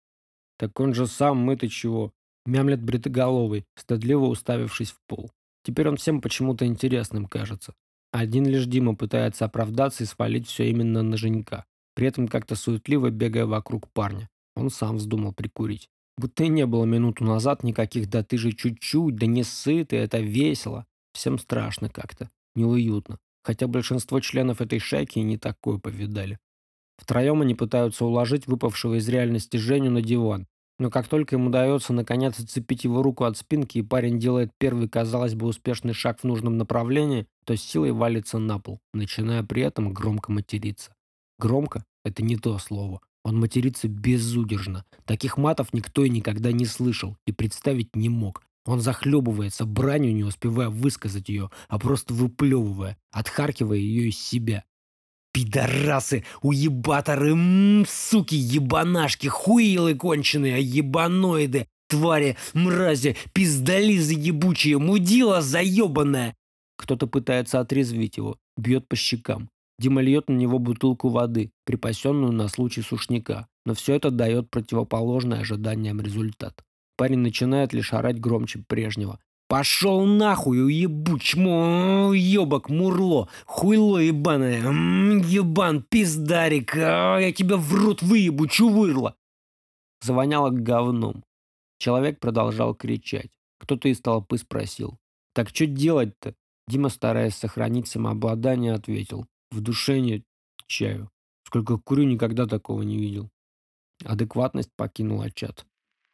«Так он же сам, мы-то чего?» — мямлет бритоголовый, стыдливо уставившись в пол. Теперь он всем почему-то интересным кажется. Один лишь Дима пытается оправдаться и свалить все именно на Женька, при этом как-то суетливо бегая вокруг парня. Он сам вздумал прикурить. Будто и не было минуту назад никаких «да ты же чуть-чуть, да не сытый, это весело». Всем страшно как-то, неуютно. Хотя большинство членов этой шайки и не такое повидали. Втроем они пытаются уложить выпавшего из реальности Женю на диван. Но как только им удается наконец отцепить его руку от спинки, и парень делает первый, казалось бы, успешный шаг в нужном направлении, то с силой валится на пол, начиная при этом громко материться. Громко — это не то слово. Он матерится безудержно. Таких матов никто и никогда не слышал и представить не мог. Он захлебывается бранью, не успевая высказать ее, а просто выплевывая, отхаркивая ее из себя. «Пидорасы, уебаторы, м, суки, ебанашки, хуилы конченые, ебаноиды, твари, мрази, пиздолизы ебучие, мудила заебанная!» Кто-то пытается отрезвить его, бьет по щекам. Дима льет на него бутылку воды, припасенную на случай сушняка, но все это дает противоположный ожиданиям результат. Парень начинает лишь орать громче прежнего. «Пошел нахуй, уебу, чмо, ебок, мурло, хуйло ебаное, м, ебан, пиздарик, а, я тебя в рот выебу, чувырло!» Завоняло говном. Человек продолжал кричать. Кто-то из толпы спросил: «Так что делать-то?» Дима, стараясь сохранить самообладание, ответил: «В душе нет чаю. Сколько курю, никогда такого не видел». Адекватность покинула чат.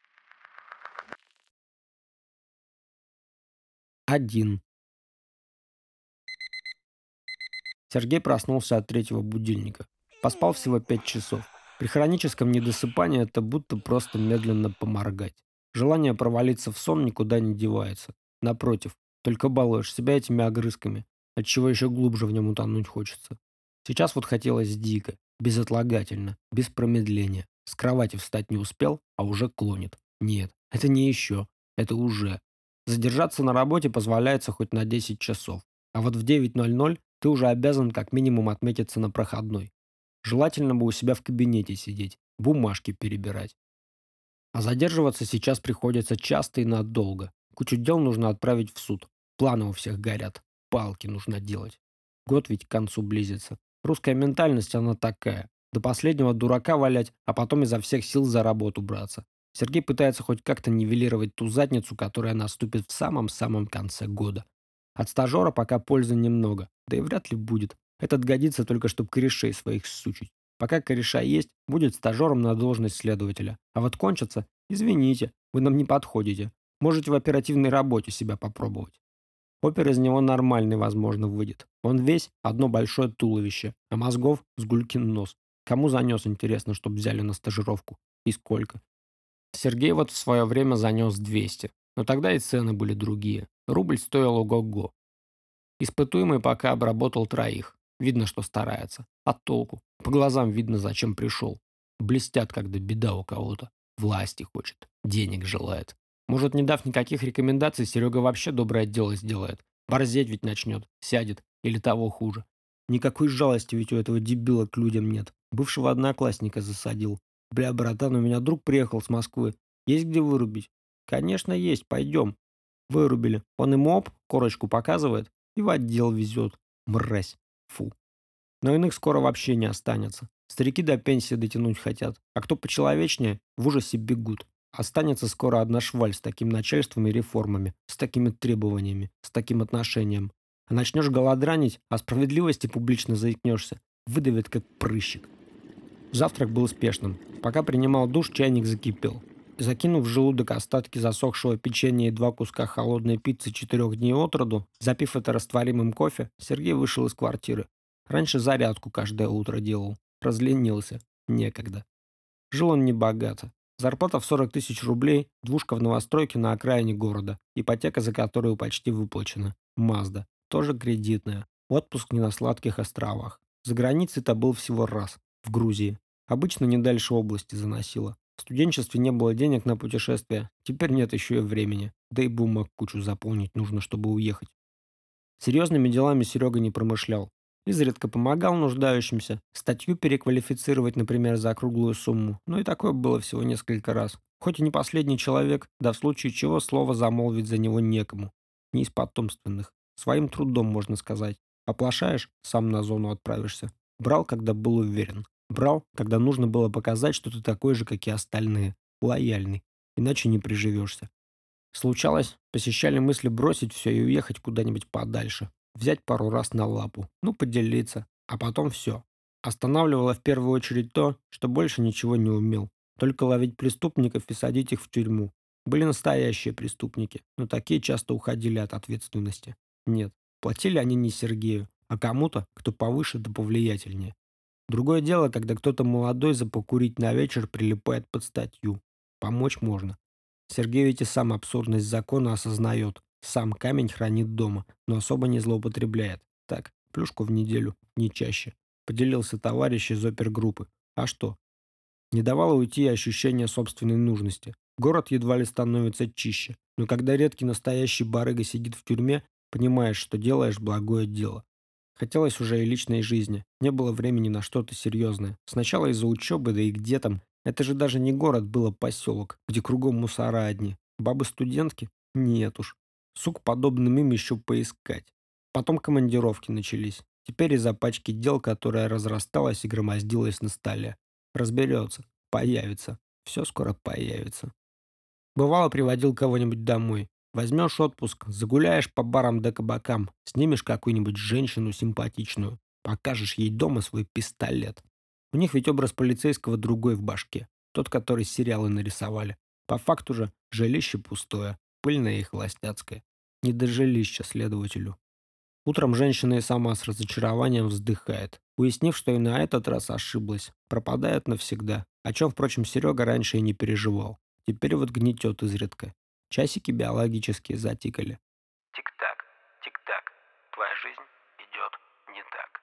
Один. Сергей проснулся от третьего будильника. Поспал всего пять часов. При хроническом недосыпании это будто просто медленно поморгать. Желание провалиться в сон никуда не девается. Напротив, только балуешь себя этими огрызками, отчего еще глубже в нем утонуть хочется. Сейчас вот хотелось дико, безотлагательно, без промедления. С кровати встать не успел, а уже клонит. Нет, это не еще, это уже. Задержаться на работе позволяется хоть на десять часов. А вот в девять ноль ноль ты уже обязан как минимум отметиться на проходной. Желательно бы у себя в кабинете сидеть, бумажки перебирать. А задерживаться сейчас приходится часто и надолго. Кучу дел нужно отправить в суд. Планы у всех горят. Палки нужно делать. Год ведь к концу близится. Русская ментальность, она такая. До последнего дурака валять, а потом изо всех сил за работу браться. Сергей пытается хоть как-то нивелировать ту задницу, которая наступит в самом-самом конце года. От стажера пока пользы немного, да и вряд ли будет. Этот годится только, чтобы корешей своих сучить. Пока кореша есть, будет стажером на должность следователя. А вот кончится, извините, вы нам не подходите. Можете в оперативной работе себя попробовать. Опер из него нормальный, возможно, выйдет. Он весь одно большое туловище, а мозгов с гулькин нос. Кому занес, интересно, чтоб взяли на стажировку? И сколько? Сергей вот в свое время занес двести. Но тогда и цены были другие. Рубль стоил ого-го. Испытуемый пока обработал троих. Видно, что старается. А толку? По глазам видно, зачем пришел. Блестят, когда беда у кого-то. Власти хочет. Денег желает. Может, не дав никаких рекомендаций, Серега вообще доброе дело сделает. Борзеть ведь начнет. Сядет. Или того хуже. Никакой жалости ведь у этого дебила к людям нет. Бывшего одноклассника засадил. Бля, братан, у меня друг приехал с Москвы. Есть где вырубить? Конечно, есть. Пойдем. Вырубили. Он ему оп, корочку показывает и в отдел везет. Мразь. Фу. Но иных скоро вообще не останется. Старики до пенсии дотянуть хотят, а кто почеловечнее, в ужасе бегут. Останется скоро одна шваль с таким начальством и реформами, с такими требованиями, с таким отношением. А начнешь голодранить, о справедливости публично заикнешься, выдавит как прыщик. Завтрак был спешным. Пока принимал душ, чайник закипел. Закинув в желудок остатки засохшего печенья и два куска холодной пиццы четырех дней от роду, запив это растворимым кофе, Сергей вышел из квартиры. Раньше зарядку каждое утро делал. Разленился. Некогда. Жил он небогато. Зарплата в сорок тысяч рублей, двушка в новостройке на окраине города, ипотека за которую почти выплачена. Мазда. Тоже кредитная. Отпуск не на сладких островах. За границей-то был всего раз. В Грузии. Обычно не дальше области заносило. В студенчестве не было денег на путешествия. Теперь нет еще и времени. Да и бумаг кучу заполнить нужно, чтобы уехать. Серьезными делами Серега не промышлял. Изредка помогал нуждающимся, статью переквалифицировать, например, за круглую сумму, но и такое было всего несколько раз. Хоть и не последний человек, да в случае чего слово замолвить за него некому. Не из потомственных. Своим трудом, можно сказать. Оплошаешь, сам на зону отправишься. Брал, когда был уверен. Брал, когда нужно было показать, что ты такой же, как и остальные. Лояльный. Иначе не приживешься. Случалось, посещали мысли бросить все и уехать куда-нибудь подальше. Взять пару раз на лапу. Ну, поделиться. А потом все. Останавливало в первую очередь то, что больше ничего не умел. Только ловить преступников и садить их в тюрьму. Были настоящие преступники, но такие часто уходили от ответственности. Нет, платили они не Сергею, а кому-то, кто повыше да повлиятельнее. Другое дело, когда кто-то молодой за покурить на вечер прилипает под статью. Помочь можно. Сергей ведь и сам абсурдность закона осознает. Сам камень хранит дома, но особо не злоупотребляет. Так, плюшку в неделю, не чаще. Поделился товарищ из опергруппы. А что? Не давало уйти ощущение собственной нужности. Город едва ли становится чище. Но когда редкий настоящий барыга сидит в тюрьме, понимаешь, что делаешь благое дело. Хотелось уже и личной жизни. Не было времени на что-то серьезное. Сначала из-за учебы, да и где там. Это же даже не город, было поселок, где кругом мусора одни. Бабы-студентки? Нет уж. Сук подобным им еще поискать. Потом командировки начались. Теперь из-за пачки дел, которая разрасталась и громоздилась на столе. Разберется. Появится. Все скоро появится. Бывало, приводил кого-нибудь домой. Возьмешь отпуск, загуляешь по барам да кабакам, снимешь какую-нибудь женщину симпатичную, покажешь ей дома свой пистолет. У них ведь образ полицейского другой в башке, тот, который сериалы нарисовали. По факту же жилище пустое, пыльное и холостяцкое. Не до жилища следователю. Утром женщина и сама с разочарованием вздыхает, уяснив, что и на этот раз ошиблась. Пропадает навсегда, о чем, впрочем, Серега раньше и не переживал. Теперь вот гнетет изредка. Часики биологические затикали. Тик-так, тик-так. Твоя жизнь идет не так.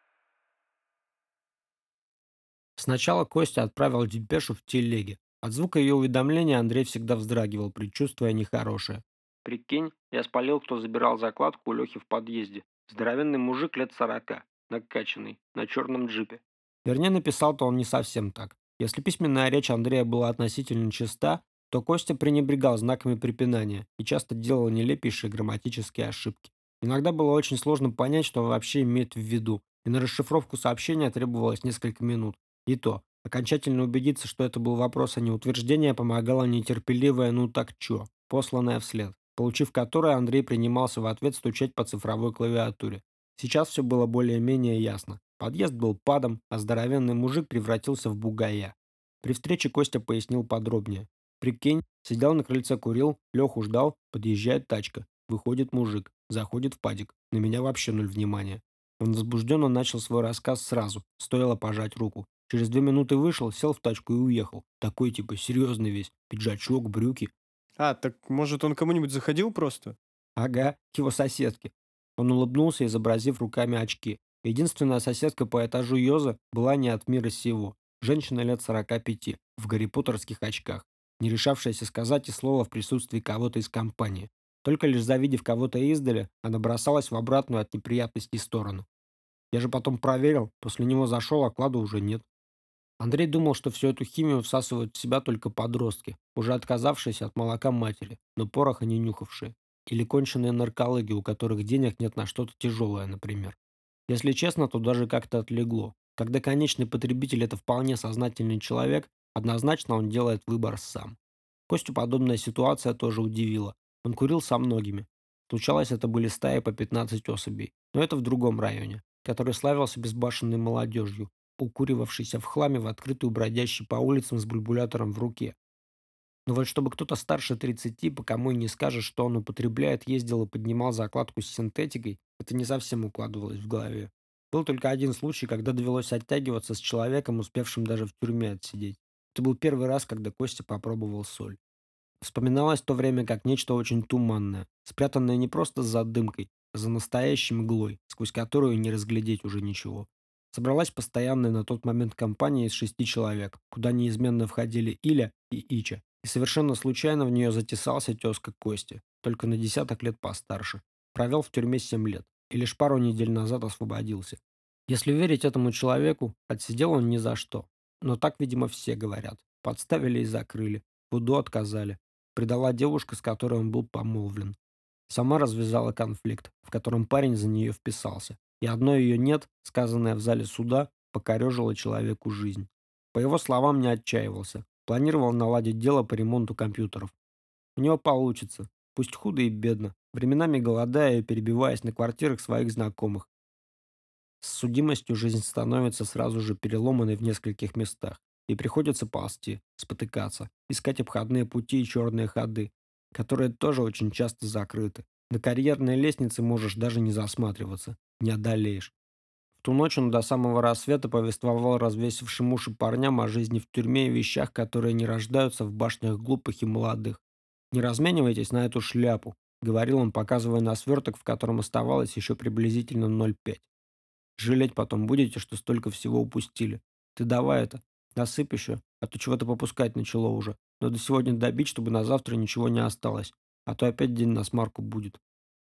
Сначала Костя отправил депешу в телеге. От звука ее уведомления Андрей всегда вздрагивал, предчувствуя нехорошее. Прикинь, я спалил, кто забирал закладку у Лехи в подъезде. Здоровенный мужик лет сорока, накачанный, на черном джипе. Вернее, написал-то он не совсем так. Если письменная речь Андрея была относительно чиста, то Костя пренебрегал знаками препинания и часто делал нелепейшие грамматические ошибки. Иногда было очень сложно понять, что он вообще имеет в виду, и на расшифровку сообщения требовалось несколько минут. И то, окончательно убедиться, что это был вопрос, а не утверждение, помогала нетерпеливая «ну так чё», посланная вслед. получив которое, Андрей принимался в ответ стучать по цифровой клавиатуре. Сейчас все было более-менее ясно. Подъезд был падом, а здоровенный мужик превратился в бугая. При встрече Костя пояснил подробнее. Прикинь, сидел на крыльце, курил, Леху ждал, подъезжает тачка. Выходит мужик, заходит в падик. На меня вообще ноль внимания. Он возбужденно начал свой рассказ сразу, стоило пожать руку. Через две минуты вышел, сел в тачку и уехал. Такой типа серьезный весь, пиджачок, брюки. А, так может он кому-нибудь заходил просто? Ага, к его соседке. Он улыбнулся, изобразив руками очки. Единственная соседка по этажу Йоза была не от мира сего. Женщина лет сорока пяти, в гаррипоттерских очках, не решавшаяся сказать и слова в присутствии кого-то из компании. Только лишь завидев кого-то издали, она бросалась в обратную от неприятностей сторону. Я же потом проверил, после него зашел, а клада уже нет. Андрей думал, что всю эту химию всасывают в себя только подростки, уже отказавшиеся от молока матери, но пороха не нюхавшие. Или конченые наркологи, у которых денег нет на что-то тяжелое, например. Если честно, то даже как-то отлегло. Когда конечный потребитель – это вполне сознательный человек, однозначно он делает выбор сам. Костю подобная ситуация тоже удивила. Он курил со многими. Случалось, это были стаи по пятнадцать особей. Но это в другом районе, который славился безбашенной молодежью, укуривавшейся в хламе в открытую бродящей по улицам с бульбулятором в руке. Но вот чтобы кто-то старше тридцати, по кому и не скажешь, что он употребляет, ездил и поднимал закладку с синтетикой, это не совсем укладывалось в голове. Был только один случай, когда довелось оттягиваться с человеком, успевшим даже в тюрьме отсидеть. Это был первый раз, когда Костя попробовал соль. Вспоминалось то время как нечто очень туманное, спрятанное не просто за дымкой, а за настоящей мглой, сквозь которую не разглядеть уже ничего. Собралась постоянная на тот момент компания из шести человек, куда неизменно входили Иля и Ича, и совершенно случайно в нее затесался тезка Кости, только на десяток лет постарше. Провел в тюрьме семь лет, и лишь пару недель назад освободился. Если верить этому человеку, отсидел он ни за что. Но так, видимо, все говорят. Подставили и закрыли, в УДО отказали. Предала девушка, с которой он был помолвлен. Сама развязала конфликт, в котором парень за нее вписался. И одно ее «нет», сказанное в зале суда, покорежило человеку жизнь. По его словам, не отчаивался. Планировал наладить дело по ремонту компьютеров. У него получится. Пусть худо и бедно, временами голодая и перебиваясь на квартирах своих знакомых. С судимостью жизнь становится сразу же переломанной в нескольких местах. И приходится ползти, спотыкаться, искать обходные пути и черные ходы, которые тоже очень часто закрыты. На карьерной лестнице можешь даже не засматриваться, не одолеешь. В ту ночь он до самого рассвета повествовал развесившим уши парням о жизни в тюрьме и вещах, которые не рождаются в башнях глупых и молодых. «Не разменивайтесь на эту шляпу», — говорил он, показывая на сверток, в котором оставалось еще приблизительно ноль пять. «Жалеть потом будете, что столько всего упустили. Ты давай это. Насыпь еще, а то чего-то попускать начало уже. Надо сегодня добить, чтобы на завтра ничего не осталось, а то опять день на смарку будет».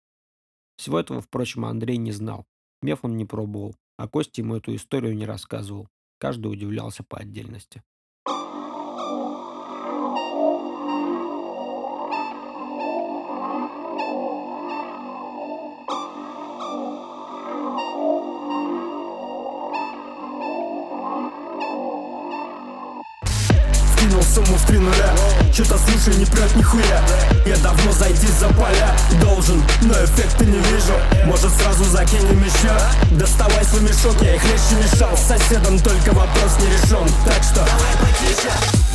Всего этого, впрочем, Андрей не знал. Меф он не пробовал, а Костя ему эту историю не рассказывал. Каждый удивлялся по отдельности. Кинул сумму в три нуля. Чё-то слушай, не прет нихуя. Я давно зайти за поля должен, но эффекта не вижу. Может сразу закинем еще? Доставай свой мешок, я их легче мешал. С соседом только вопрос не решен. Так что давай потише.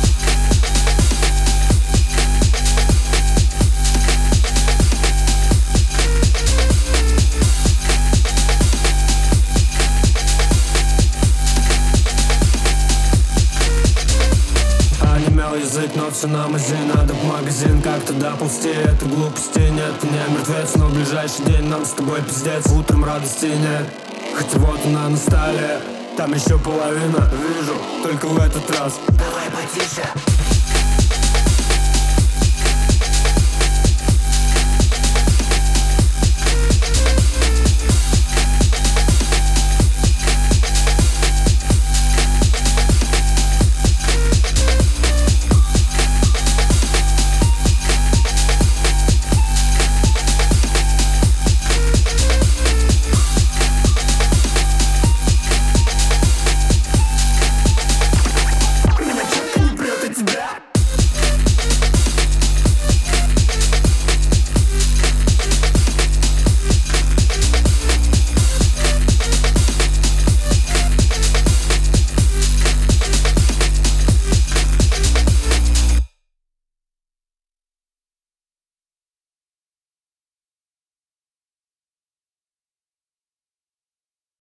Язык, но все на мази, надо в магазин как-то доползти. Это глупости, нет, ты не мертвец, но в ближайший день нам с тобой пиздец. Утром радости нет, хотя вот она на столе. Там еще половина, вижу, только в этот раз давай потише.